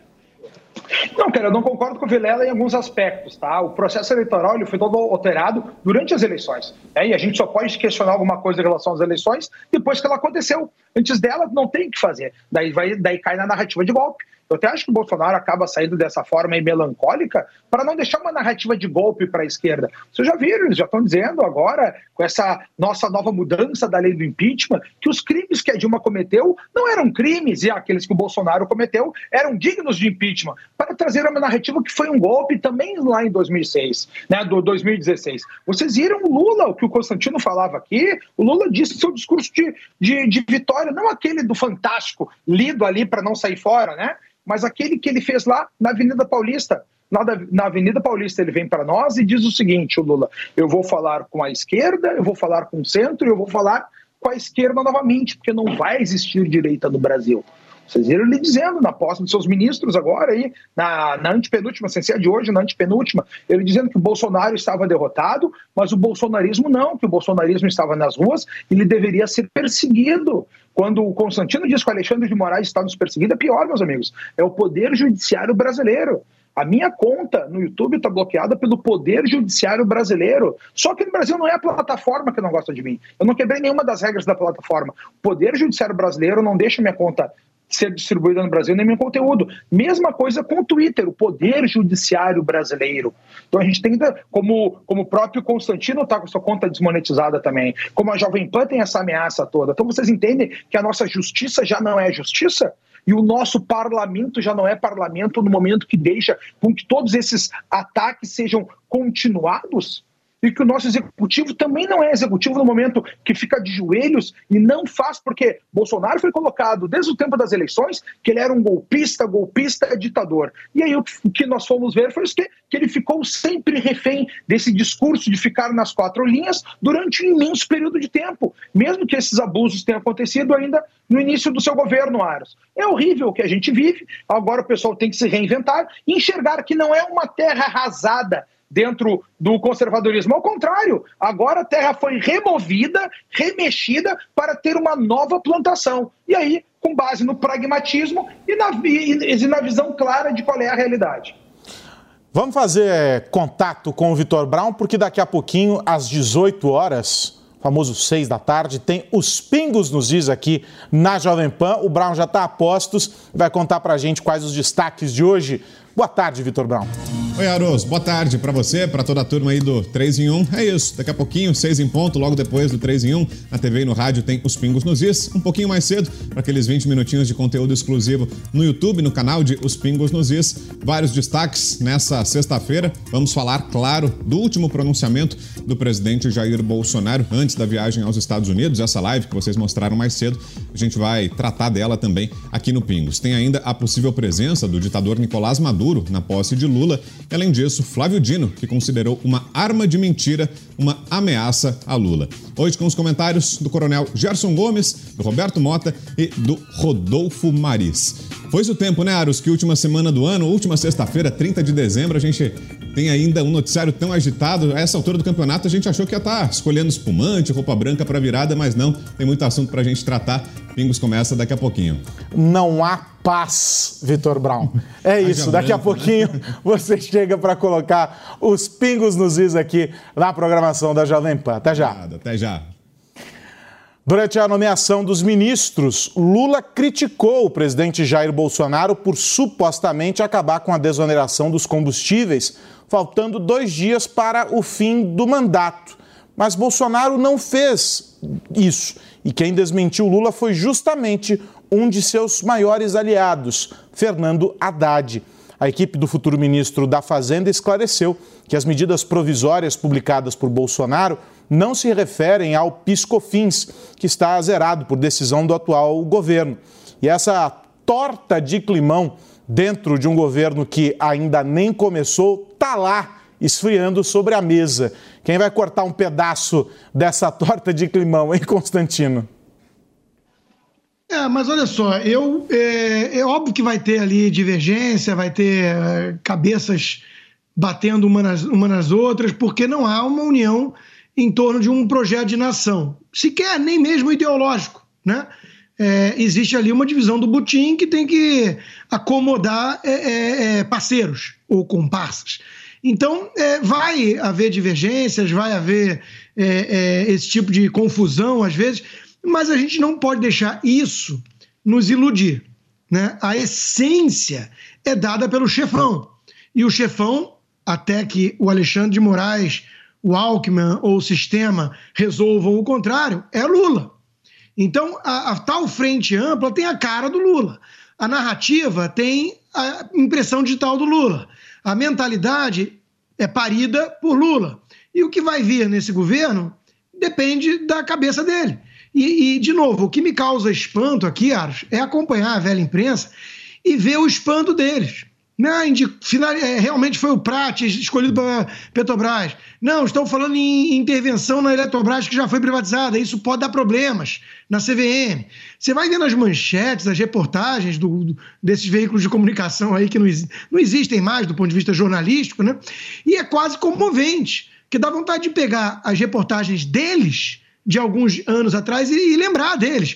Não, cara, eu não concordo com o Vilela em alguns aspectos, tá? O processo eleitoral ele foi todo alterado durante as eleições, né? E a gente só pode questionar alguma coisa em relação às eleições depois que ela aconteceu. Antes dela, não tem o que fazer. Daí, vai, daí cai na narrativa de golpe. Eu até acho que o Bolsonaro acaba saindo dessa forma aí melancólica para não deixar uma narrativa de golpe para a esquerda. Vocês já viram, eles já estão dizendo agora, com essa nossa nova mudança da lei do impeachment, que os crimes que a Dilma cometeu não eram crimes e aqueles que o Bolsonaro cometeu eram dignos de impeachment, para trazer uma narrativa que foi um golpe também lá em dois mil e seis, né, do dois mil e dezesseis. Vocês viram o Lula, o que o Constantino falava aqui, o Lula disse seu discurso de, de, de vitória, não aquele do Fantástico, lido ali para não sair fora, né? Mas aquele que ele fez lá na Avenida Paulista. Na, na Avenida Paulista ele vem para nós e diz o seguinte, o Lula, eu vou falar com a esquerda, eu vou falar com o centro e eu vou falar com a esquerda novamente, porque não vai existir direita no Brasil. Vocês viram ele dizendo na posse dos seus ministros agora, aí, na, na antepenúltima, sem ser a de hoje, na antepenúltima, ele dizendo que o Bolsonaro estava derrotado, mas o bolsonarismo não, que o bolsonarismo estava nas ruas e ele deveria ser perseguido. Quando o Constantino diz que o Alexandre de Moraes está nos perseguindo, é pior, meus amigos. É o Poder Judiciário brasileiro. A minha conta no YouTube está bloqueada pelo Poder Judiciário brasileiro. Só que no Brasil não é a plataforma que não gosta de mim. Eu não quebrei nenhuma das regras da plataforma. O Poder Judiciário brasileiro não deixa minha conta ser distribuída no Brasil, nem meu conteúdo. Mesma coisa com o Twitter, o Poder Judiciário brasileiro. Então a gente tem, como, como o próprio Constantino está com sua conta desmonetizada também, como a Jovem Pan tem essa ameaça toda. Então vocês entendem que a nossa justiça já não é justiça? E o nosso parlamento já não é parlamento no momento que deixa com que todos esses ataques sejam continuados? E que o nosso executivo também não é executivo no momento que fica de joelhos e não faz, porque Bolsonaro foi colocado desde o tempo das eleições que ele era um golpista, golpista, ditador. E aí o que nós fomos ver foi que, que ele ficou sempre refém desse discurso de ficar nas quatro linhas durante um imenso período de tempo, mesmo que esses abusos tenham acontecido ainda no início do seu governo, Aros. É horrível o que a gente vive, agora o pessoal tem que se reinventar e enxergar que não é uma terra arrasada dentro do conservadorismo. Ao contrário, agora a terra foi removida, remexida para ter uma nova plantação. E aí, com base no pragmatismo e na, e, e na visão clara de qual é a realidade. Vamos fazer contato com o Vitor Brown, porque daqui a pouquinho, às dezoito horas, famoso seis da tarde, tem os Pingos nos Is aqui na Jovem Pan. O Brown já está a postos, vai contar pra gente quais os destaques de hoje. Boa tarde, Vitor Brown. Oi, Aros. Boa tarde para você, para toda a turma aí do três em um. É isso, daqui a pouquinho, seis em ponto, logo depois do três em um, na T V e no rádio tem os Pingos nos Is. Um pouquinho mais cedo, para aqueles vinte minutinhos de conteúdo exclusivo no YouTube, no canal de Os Pingos nos Is. Vários destaques nessa sexta-feira. Vamos falar, claro, do último pronunciamento do presidente Jair Bolsonaro antes da viagem aos Estados Unidos. Essa live que vocês mostraram mais cedo, a gente vai tratar dela também aqui no Pingos. Tem ainda a possível presença do ditador Nicolás Maduro na posse de Lula E, além disso, Flávio Dino, que considerou uma arma de mentira uma ameaça a Lula. Hoje com os comentários do coronel Gerson Gomes, do Roberto Mota e do Rodolfo Maris. Foi o tempo, né, Aros, que última semana do ano, última sexta-feira, trinta de dezembro, a gente tem ainda um noticiário tão agitado. A essa altura do campeonato, a gente achou que ia estar escolhendo espumante, roupa branca para virada, mas não, tem muito assunto para a gente tratar. Pingos começa daqui a pouquinho. Não há paz, Vitor Brown. É isso, daqui a pouquinho você chega para colocar os Pingos nos Is aqui na programação da Jovem Pan. Até já. Até já. Durante a nomeação dos ministros, Lula criticou o presidente Jair Bolsonaro por supostamente acabar com a desoneração dos combustíveis, faltando dois dias para o fim do mandato. Mas Bolsonaro não fez isso. E quem desmentiu Lula foi justamente um de seus maiores aliados, Fernando Haddad. A equipe do futuro ministro da Fazenda esclareceu que as medidas provisórias publicadas por Bolsonaro não se referem ao PIS/COFINS, que está zerado por decisão do atual governo. E essa torta de climão dentro de um governo que ainda nem começou, está lá, esfriando sobre a mesa. Quem vai cortar um pedaço dessa torta de climão, hein, Constantino? É, mas olha só, eu, é, é óbvio que vai ter ali divergência, vai ter é, cabeças batendo uma nas, uma nas outras, porque não há uma união em torno de um projeto de nação, sequer nem mesmo ideológico, né? É, existe ali uma divisão do butim que tem que acomodar é, é, é, parceiros ou comparsas. Então, é, vai haver divergências, vai haver é, é, esse tipo de confusão às vezes, mas a gente não pode deixar isso nos iludir, né? A essência é dada pelo chefão, e o chefão, até que o Alexandre de Moraes, o Alckmin ou o sistema resolvam o contrário, é Lula. Então, a, a tal frente ampla tem a cara do Lula. A narrativa tem a impressão digital do Lula. A mentalidade é parida por Lula. E o que vai vir nesse governo depende da cabeça dele. E, e de novo, o que me causa espanto aqui, Aros, é acompanhar a velha imprensa e ver o espanto deles. Não, realmente foi o Prates escolhido para Petrobras. Não, estão falando em intervenção na Eletrobras que já foi privatizada. Isso pode dar problemas na C V M. Você vai ver nas manchetes, as reportagens do, do, desses veículos de comunicação aí que não, não existem mais do ponto de vista jornalístico, né? E é quase comovente, que dá vontade de pegar as reportagens deles de alguns anos atrás e, e lembrar deles.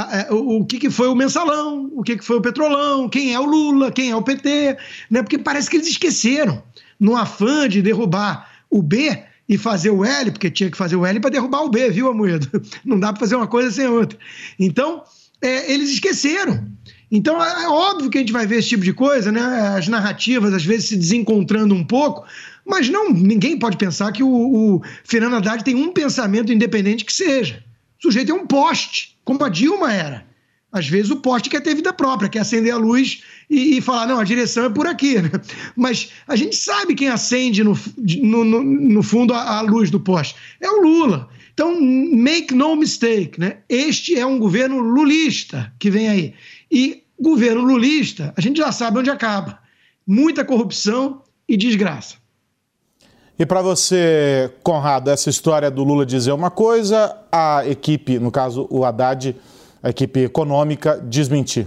O que foi o Mensalão, o que foi o Petrolão, quem é o Lula, quem é o P T, né? Porque parece que eles esqueceram, no afã de derrubar o B e fazer o L, porque tinha que fazer o L para derrubar o B, viu, Amoedo? Não dá para fazer uma coisa sem outra. Então, é, eles esqueceram. Então, é óbvio que a gente vai ver esse tipo de coisa, né? As narrativas, às vezes, se desencontrando um pouco, mas não, ninguém pode pensar que o, o Fernando Haddad tem um pensamento independente que seja. O sujeito é um poste, como a Dilma era. Às vezes o poste quer ter vida própria, quer acender a luz e, e falar, não, a direção é por aqui. Né? Mas a gente sabe quem acende no, no, no, no fundo a, a luz do poste. É o Lula. Então, make no mistake, né? Este é um governo lulista que vem aí. E governo lulista, a gente já sabe onde acaba. Muita corrupção e desgraça. E para você, Conrado, essa história do Lula dizer uma coisa, a equipe, no caso o Haddad, a equipe econômica, desmentir.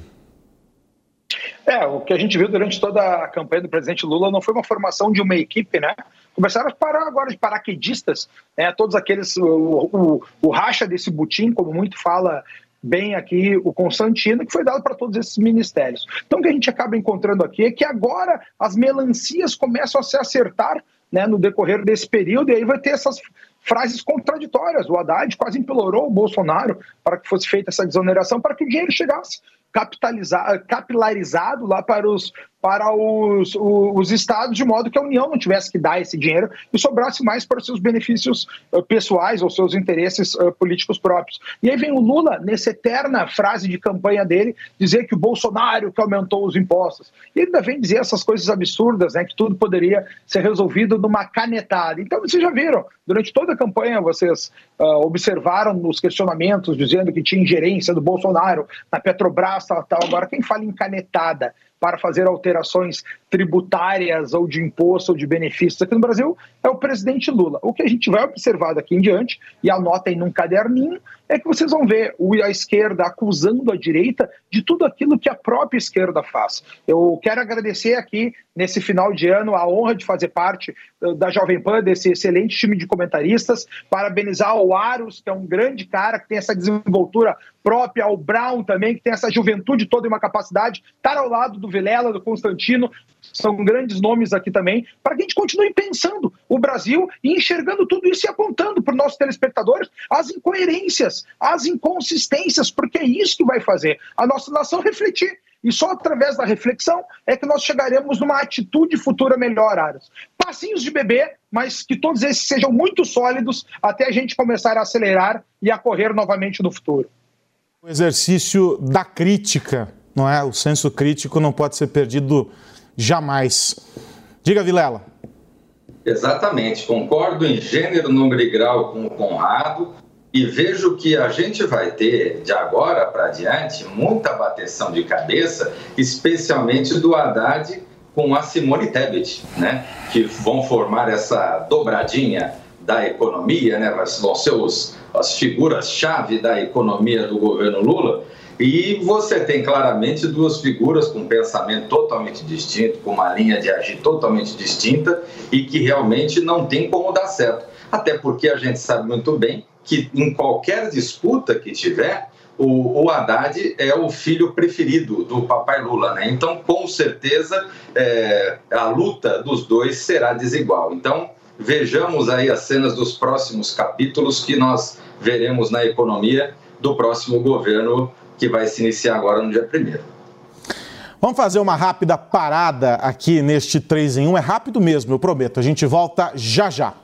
É, o que a gente viu durante toda a campanha do presidente Lula não foi uma formação de uma equipe, né? Começaram a parar agora de paraquedistas, né? Todos aqueles, o, o, o racha desse butim, como muito fala bem aqui o Constantino, que foi dado para todos esses ministérios. Então o que a gente acaba encontrando aqui é que agora as melancias começam a se acertar, né, no decorrer desse período, e aí vai ter essas frases contraditórias. O Haddad quase implorou o Bolsonaro para que fosse feita essa desoneração, para que o dinheiro chegasse capitalizado, capilarizado lá para os, para os, os, os estados, de modo que a União não tivesse que dar esse dinheiro e sobrasse mais para os seus benefícios uh, pessoais ou seus interesses uh, políticos próprios. E aí vem o Lula, nessa eterna frase de campanha dele, dizer que o Bolsonaro que aumentou os impostos. E ele ainda vem dizer essas coisas absurdas, né, que tudo poderia ser resolvido numa canetada. Então vocês já viram, durante toda a campanha vocês uh, observaram nos questionamentos dizendo que tinha ingerência do Bolsonaro na Petrobras, tal, tal. Agora quem fala em canetada para fazer alterações tributárias ou de imposto ou de benefícios aqui no Brasil é o presidente Lula. O que a gente vai observar daqui em diante, e anotem num caderninho, é que vocês vão ver a esquerda acusando a direita de tudo aquilo que a própria esquerda faz. Eu quero agradecer aqui, nesse final de ano, a honra de fazer parte da Jovem Pan, desse excelente time de comentaristas, parabenizar o Aros, que é um grande cara, que tem essa desenvoltura própria, o Brown também, que tem essa juventude toda e uma capacidade, estar ao lado do Vilela, do Constantino, são grandes nomes aqui também, para que a gente continue pensando o Brasil e enxergando tudo isso e apontando para os nossos telespectadores as incoerências, as inconsistências, porque é isso que vai fazer a nossa nação refletir. E só através da reflexão é que nós chegaremos numa atitude futura melhor, Aras. Passinhos de bebê, mas que todos esses sejam muito sólidos até a gente começar a acelerar e a correr novamente no futuro. O exercício da crítica, não é? O senso crítico não pode ser perdido jamais. Diga, Vilela. Exatamente, concordo em gênero, número e grau com o Conrado e vejo que a gente vai ter, de agora para adiante, muita bateção de cabeça, especialmente do Haddad com a Simone Tebet, né? Que vão formar essa dobradinha da economia, né? Vão ser os, as figuras-chave da economia do governo Lula. E você tem claramente duas figuras com um pensamento totalmente distinto, com uma linha de agir totalmente distinta e que realmente não tem como dar certo. Até porque a gente sabe muito bem que em qualquer disputa que tiver, o, o Haddad é o filho preferido do papai Lula, né? Então, com certeza, é, a luta dos dois será desigual. Então, vejamos aí as cenas dos próximos capítulos que nós veremos na economia do próximo governo que vai se iniciar agora no dia primeiro. Vamos fazer uma rápida parada aqui neste três em um. É rápido mesmo, eu prometo. A gente volta já já.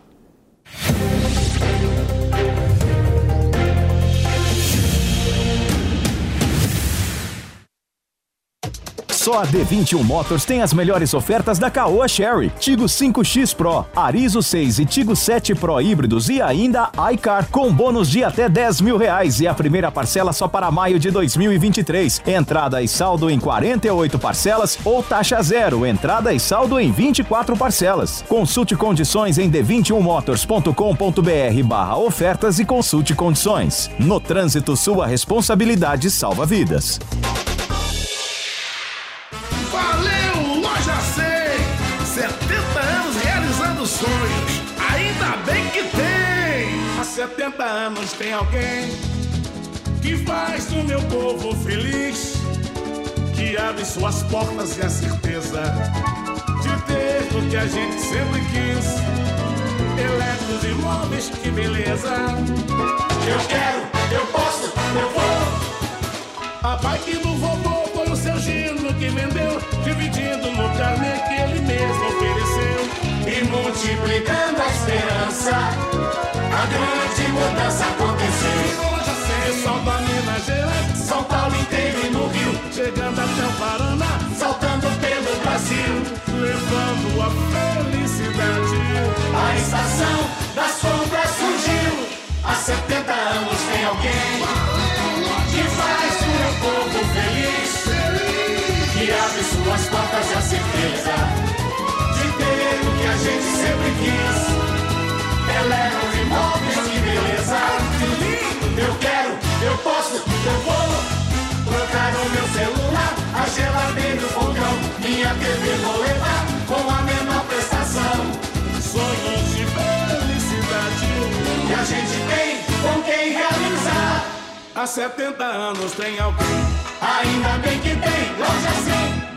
Só a D vinte e um Motors tem as melhores ofertas da Caoa Chery. Tigo cinco X Pro, Arizo seis e Tigo sete Pro híbridos e ainda iCar com bônus de até dez mil reais e a primeira parcela só para maio de dois mil e vinte e três. Entrada e saldo em quarenta e oito parcelas ou taxa zero. Entrada e saldo em vinte e quatro parcelas. Consulte condições em d vinte e um motors ponto com ponto b r barra ofertas e consulte condições. No trânsito, sua responsabilidade salva vidas. Sonhos, ainda bem que tem. Há setenta anos tem alguém que faz o meu povo feliz, que abre suas portas e a certeza de ter o que a gente sempre quis. Eletros e móveis, que beleza. Eu quero, eu posso, eu vou. A bike do vovô foi o seu Gino que vendeu, dividindo no carnê que ele mesmo ofereceu. E multiplicando a esperança, a grande mudança aconteceu. Pessoal da Minas Gerais, São Paulo inteiro e no Rio, chegando até o Paraná, saltando pelo Brasil, levando a felicidade. A estação das compras surgiu. Há setenta anos tem alguém que faz o meu povo feliz, que abre suas portas e a certeza ter o que a gente sempre quis. Eletros e móveis, que beleza. Que lindo. Eu quero, eu posso, eu vou trocar o meu celular, a geladeira e o fogão, minha T V vou levar com a menor prestação. Sonhos de felicidade que a gente tem com quem realizar. Há setenta anos tem alguém, ainda bem que tem, loja cem.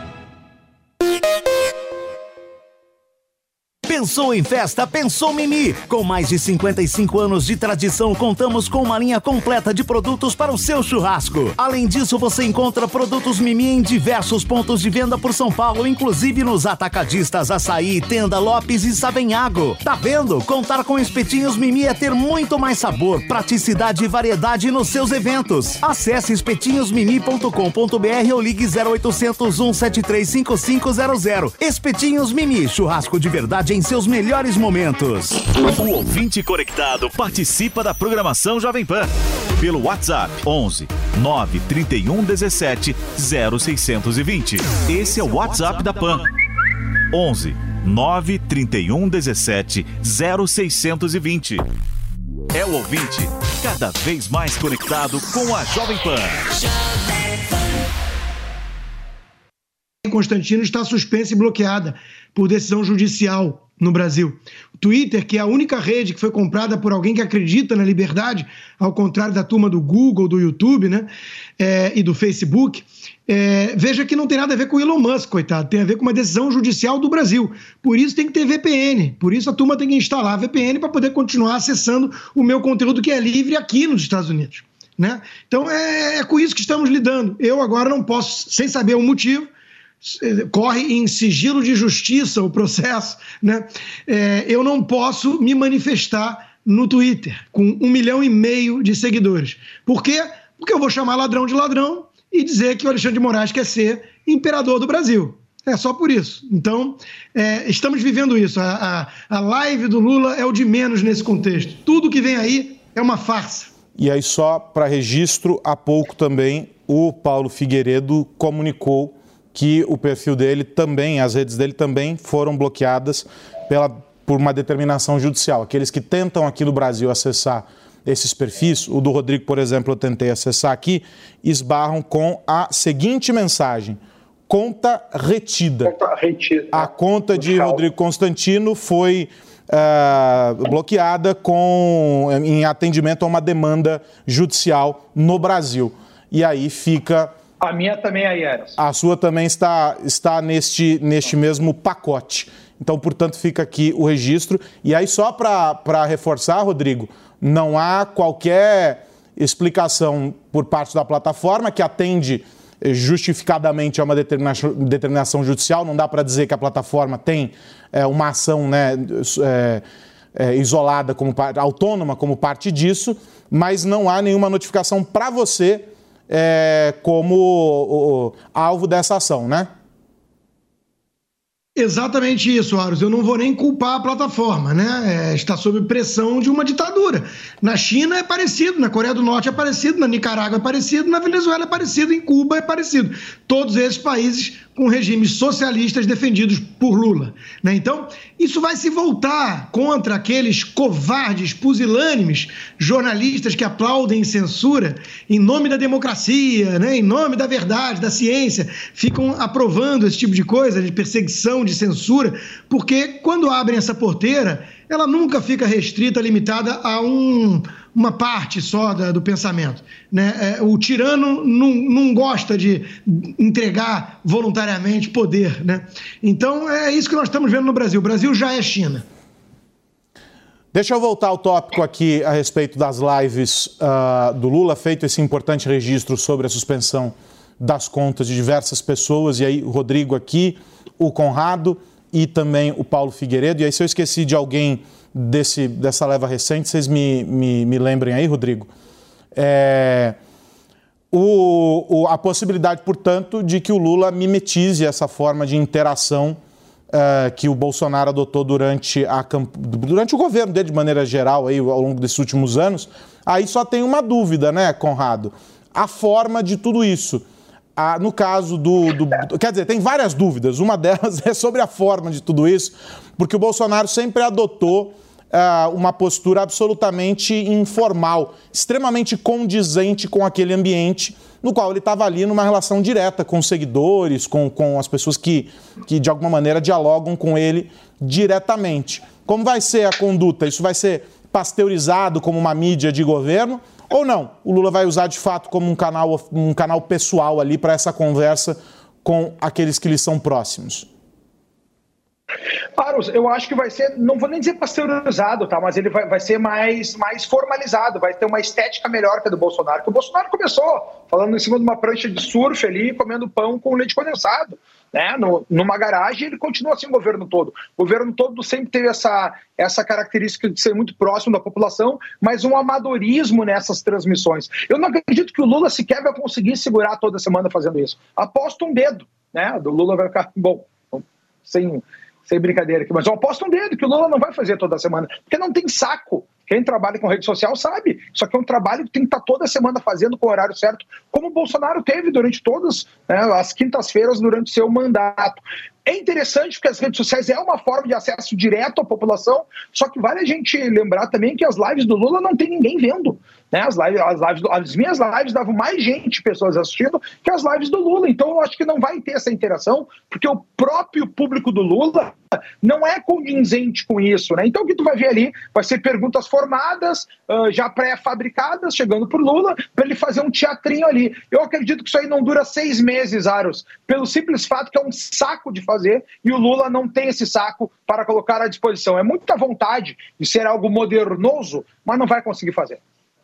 Pensou em festa? Pensou Mimi! Com mais de cinquenta e cinco anos de tradição, contamos com uma linha completa de produtos para o seu churrasco. Além disso, você encontra produtos Mimi em diversos pontos de venda por São Paulo, inclusive nos atacadistas Açaí, Tenda Lopes e Savenhago. Tá vendo? Contar com espetinhos Mimi é ter muito mais sabor, praticidade e variedade nos seus eventos. Acesse espetinhos mimi ponto com ponto b r ou ligue zero oitocentos, um sete três cinco cinco zero zero. Espetinhos Mimi, churrasco de verdade em seus melhores momentos. O ouvinte conectado participa da programação Jovem Pan pelo WhatsApp onze nove trinta e um dezessete zero seiscentos e vinte. Esse é o WhatsApp da Pan. onze nove trinta e um dezessete zero seiscentos e vinte. É o ouvinte cada vez mais conectado com a Jovem Pan. Constantino está suspensa e bloqueada por decisão judicial no Brasil. O Twitter, que é a única rede que foi comprada por alguém que acredita na liberdade, ao contrário da turma do Google, do YouTube, né, é, e do Facebook, é, veja que não tem nada a ver com o Elon Musk, coitado, tem a ver com uma decisão judicial do Brasil. Por isso tem que ter V P N, por isso a turma tem que instalar V P N para poder continuar acessando o meu conteúdo que é livre aqui nos Estados Unidos. Né? Então é, é com isso que estamos lidando. Eu agora não posso, sem saber o motivo, corre em sigilo de justiça o processo, né? É, eu não posso me manifestar no Twitter com um milhão e meio de seguidores. Por quê? Porque eu vou chamar ladrão de ladrão e dizer que o Alexandre de Moraes quer ser imperador do Brasil. É só por isso. Então, é, estamos vivendo isso. A, a, a live do Lula é o de menos nesse contexto. Tudo que vem aí é uma farsa. E aí, só para registro, há pouco também o Paulo Figueiredo comunicou que o perfil dele também, as redes dele também foram bloqueadas pela, por uma determinação judicial. Aqueles que tentam aqui no Brasil acessar esses perfis, o do Rodrigo, por exemplo, eu tentei acessar aqui, esbarram com a seguinte mensagem: conta retida. Conta retida. A conta de Rodrigo Constantino foi uh, bloqueada com, em atendimento a uma demanda judicial no Brasil. E aí fica... A minha também aí, Eros. A sua também está, está neste, neste mesmo pacote. Então, portanto, fica aqui o registro. E aí, só para reforçar, Rodrigo, não há qualquer explicação por parte da plataforma que atende justificadamente a uma determinação, determinação judicial. Não dá para dizer que a plataforma tem é, uma ação, né, é, é, isolada, como, autônoma como parte disso, mas não há nenhuma notificação para você É, como o, o, alvo dessa ação, né? Exatamente isso, Aros. Eu não vou nem culpar a plataforma, né? É, está sob pressão de uma ditadura. Na China é parecido, na Coreia do Norte é parecido, na Nicarágua é parecido, na Venezuela é parecido, em Cuba é parecido. Todos esses países com regimes socialistas defendidos por Lula, né? Então, isso vai se voltar contra aqueles covardes, pusilânimes, jornalistas que aplaudem censura em nome da democracia, né? Em nome da verdade, da ciência, ficam aprovando esse tipo de coisa, de perseguição, de censura, porque quando abrem essa porteira, ela nunca fica restrita, limitada a um, uma parte só da, do pensamento, né? É, o tirano não, não gosta de entregar voluntariamente poder, né? Então é isso que nós estamos vendo no Brasil. O Brasil já é China. Deixa eu voltar ao tópico aqui a respeito das lives uh, do Lula, feito esse importante registro sobre a suspensão das contas de diversas pessoas, e aí o Rodrigo aqui, o Conrado e também o Paulo Figueiredo. E aí, se eu esqueci de alguém desse, dessa leva recente, vocês me, me, me lembrem aí, Rodrigo. É, o, o, a possibilidade, portanto, de que o Lula mimetize essa forma de interação uh, que o Bolsonaro adotou durante, a, durante o governo dele, de maneira geral, aí, ao longo desses últimos anos. Aí só tem uma dúvida, né, Conrado? A forma de tudo isso. Ah, no caso do, do... Quer dizer, tem várias dúvidas. Uma delas é sobre a forma de tudo isso, porque o Bolsonaro sempre adotou ah, uma postura absolutamente informal, extremamente condizente com aquele ambiente no qual ele estava ali numa relação direta com os seguidores, com, com as pessoas que, que, de alguma maneira, dialogam com ele diretamente. Como vai ser a conduta? Isso vai ser pasteurizado como uma mídia de governo? Ou não? O Lula vai usar de fato como um canal, um canal pessoal ali para essa conversa com aqueles que lhe são próximos? Aros, eu acho que vai ser, não vou nem dizer pasteurizado, tá? Mas ele vai, vai ser mais, mais formalizado, vai ter uma estética melhor que a do Bolsonaro. Porque o Bolsonaro começou falando em cima de uma prancha de surf ali, comendo pão com leite condensado, né? No, numa garagem, ele continua assim o governo todo. O governo todo sempre teve essa, essa característica de ser muito próximo da população, mas um amadorismo nessas transmissões. Eu não acredito que o Lula sequer vai conseguir segurar toda semana fazendo isso. Aposto um dedo, né? Do Lula vai ficar, bom, sem... sem brincadeira aqui, mas eu aposto um dedo que o Lula não vai fazer toda semana, porque não tem saco Quem trabalha com rede social sabe. Isso aqui é um trabalho que tem que estar toda semana fazendo com o horário certo, como o Bolsonaro teve durante todas, né, as quintas-feiras durante seu mandato. É interessante porque as redes sociais é uma forma de acesso direto à população, só que vale a gente lembrar também que as lives do Lula não tem ninguém vendo. Né? As, lives, as, lives, as minhas lives davam mais gente, pessoas assistindo, que as lives do Lula. Então eu acho que não vai ter essa interação, porque o próprio público do Lula não é condizente com isso. Né? Então o que tu vai ver ali vai ser perguntas formadas, uh, já pré-fabricadas, chegando por Lula, para ele fazer um teatrinho ali. Eu acredito que isso aí não dura seis meses, Aros, pelo simples fato que é um saco de fazer, e o Lula não tem esse saco para colocar à disposição. É muita vontade de ser algo modernoso, mas não vai conseguir fazer.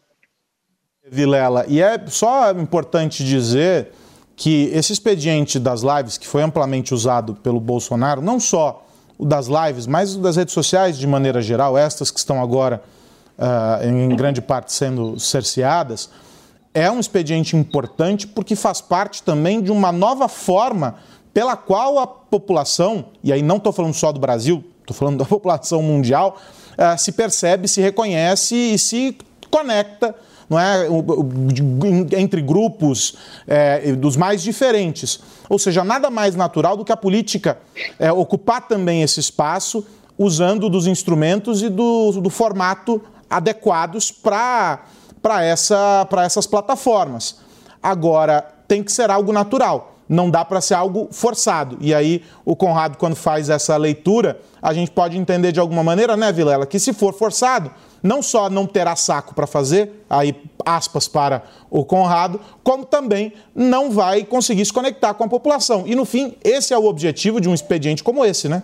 Vilela, e é só importante dizer que esse expediente das lives, que foi amplamente usado pelo Bolsonaro, não só o das lives, mas o das redes sociais de maneira geral, estas que estão agora uh, em grande parte sendo cerceadas, é um expediente importante porque faz parte também de uma nova forma pela qual a população, e aí não estou falando só do Brasil, estou falando da população mundial, uh, se percebe, se reconhece e se conecta, não é, entre grupos é, dos mais diferentes. Ou seja, nada mais natural do que a política é, ocupar também esse espaço usando dos instrumentos e do, do formato adequados para para essa, para essas plataformas. Agora, tem que ser algo natural, não dá para ser algo forçado. E aí, o Conrado, quando faz essa leitura, a gente pode entender de alguma maneira, né, Vilela, que se for forçado, não só não terá saco para fazer, aí aspas para o Conrado, como também não vai conseguir se conectar com a população. E, no fim, esse é o objetivo de um expediente como esse, né?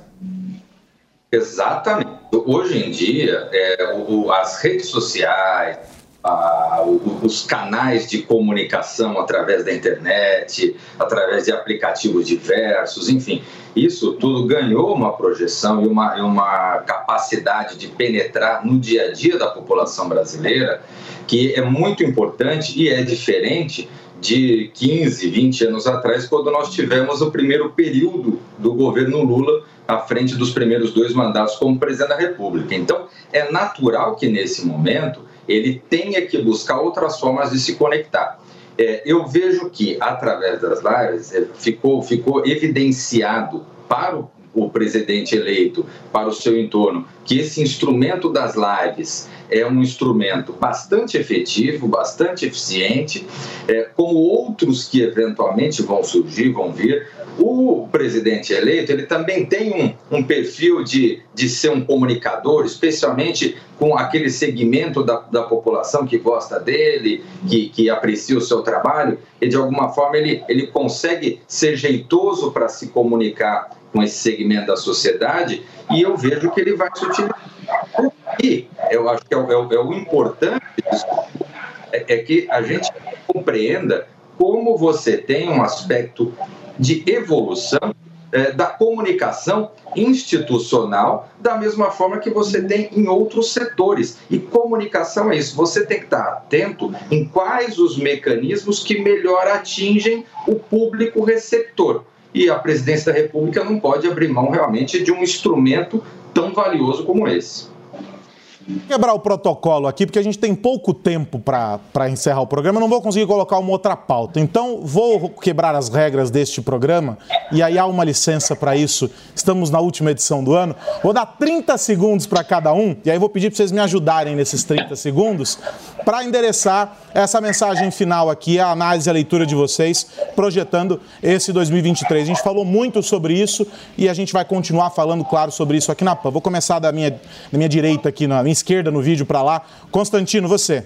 Exatamente. Hoje em dia, é, o, as redes sociais, a, o, os canais de comunicação através da internet, através de aplicativos diversos, enfim, isso tudo ganhou uma projeção e uma, e uma capacidade de penetrar no dia a dia da população brasileira que é muito importante e é diferente de quinze, vinte anos atrás, quando nós tivemos o primeiro período do governo Lula à frente dos primeiros dois mandatos como presidente da República. Então, é natural que nesse momento ele tenha que buscar outras formas de se conectar. É, eu vejo que, através das lives, ficou, ficou evidenciado para o, o presidente eleito, para o seu entorno, que esse instrumento das lives é um instrumento bastante efetivo, bastante eficiente, é, como outros que eventualmente vão surgir, vão vir. O presidente eleito, ele também tem um, um perfil de, de ser um comunicador, especialmente com aquele segmento da, da população que gosta dele, que, que aprecia o seu trabalho, e de alguma forma ele, ele consegue ser jeitoso para se comunicar com esse segmento da sociedade, e eu vejo que ele vai se utilizar. E eu acho que é o, é o, é o importante disso, é, é que a gente compreenda como você tem um aspecto de evolução é, da comunicação institucional, da mesma forma que você tem em outros setores. E comunicação é isso, você tem que estar atento em quais os mecanismos que melhor atingem o público receptor. E a presidência da República não pode abrir mão realmente de um instrumento tão valioso como esse. Vou quebrar o protocolo aqui, porque a gente tem pouco tempo para encerrar o programa, eu não vou conseguir colocar uma outra pauta. Então, vou quebrar as regras deste programa, e aí há uma licença para isso. Estamos na última edição do ano. Vou dar trinta segundos para cada um, e aí vou pedir para vocês me ajudarem nesses trinta segundos, para endereçar essa mensagem final aqui, a análise e a leitura de vocês, projetando esse dois mil e vinte e três. A gente falou muito sobre isso, e a gente vai continuar falando, claro, sobre isso aqui na P A. Vou começar da minha, da minha direita aqui, na minha esquerda no vídeo para lá. Constantino, você.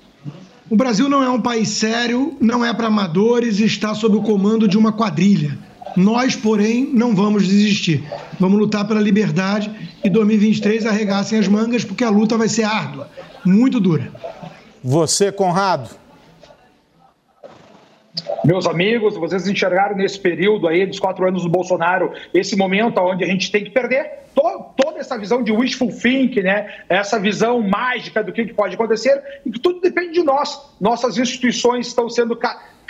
O Brasil não é um país sério, não é para amadores e está sob o comando de uma quadrilha. Nós, porém, não vamos desistir. Vamos lutar pela liberdade e dois mil e vinte e três arregassem as mangas, porque a luta vai ser árdua, muito dura. Você, Conrado. Meus amigos, vocês enxergaram nesse período aí dos quatro anos do Bolsonaro, esse momento onde a gente tem que perder to, toda essa visão de wishful thinking, né? Essa visão mágica do que pode acontecer, e que tudo depende de nós. Nossas instituições estão sendo ca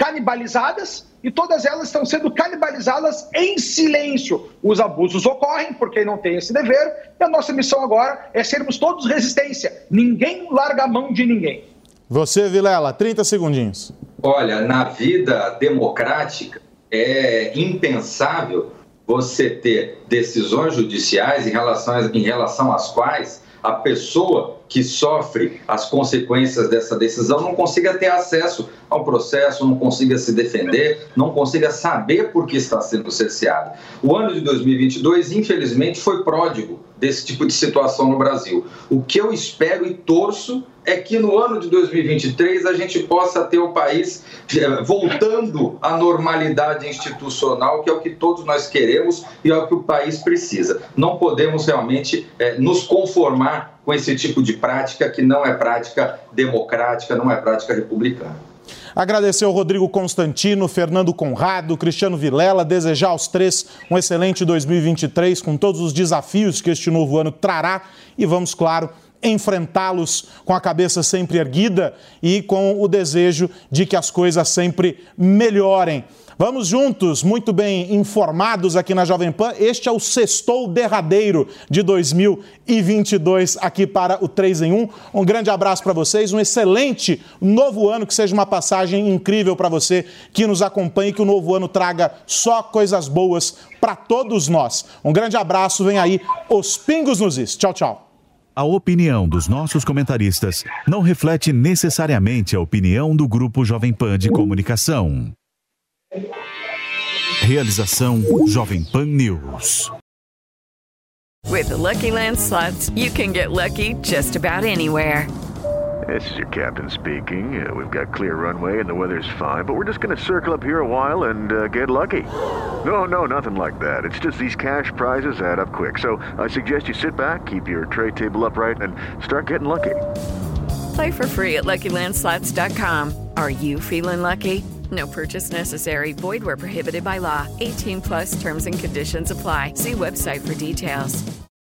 canibalizadas e todas elas estão sendo canibalizadas em silêncio. Os abusos ocorrem porque não tem esse dever e a nossa missão agora é sermos todos resistência. Ninguém larga a mão de ninguém. Você, Vilela, trinta segundinhos. Olha, na vida democrática é impensável você ter decisões judiciais em relação, em relação às quais a pessoa que sofre as consequências dessa decisão não consiga ter acesso ao processo, não consiga se defender, não consiga saber por que está sendo cerceado. O ano de dois mil e vinte e dois, infelizmente, foi pródigo desse tipo de situação no Brasil. O que eu espero e torço é que no ano de dois mil e vinte e três a gente possa ter o país voltando à normalidade institucional, que é o que todos nós queremos e é o que o país precisa. Não podemos realmente é, nos conformar com esse tipo de prática que não é prática democrática, não é prática republicana. Agradecer ao Rodrigo Constantino, Fernando Conrado, Cristiano Vilela, desejar aos três um excelente dois mil e vinte e três com todos os desafios que este novo ano trará e vamos, claro, enfrentá-los com a cabeça sempre erguida e com o desejo de que as coisas sempre melhorem. Vamos juntos, muito bem informados aqui na Jovem Pan. Este é o sextou derradeiro de dois mil e vinte e dois aqui para o três em um. Um grande abraço para vocês, um excelente novo ano, que seja uma passagem incrível para você que nos acompanha e que o novo ano traga só coisas boas para todos nós. Um grande abraço, vem aí os Pingos nos Is. Tchau, tchau. A opinião dos nossos comentaristas não reflete necessariamente a opinião do Grupo Jovem Pan de Comunicação. Realização Jovem Pan News. With the Lucky Land Slots, you can get lucky just about anywhere. This is your captain speaking. Uh, we've got clear runway and the weather's fine, but we're just going to circle up here a while and uh, get lucky. No, no, nothing like that. It's just these cash prizes add up quick. So I suggest you sit back, keep your tray table upright, and start getting lucky. Play for free at Lucky Land Slots dot com. Are you feeling lucky? No purchase necessary. Void where prohibited by law. eighteen plus terms and conditions apply. See website for details.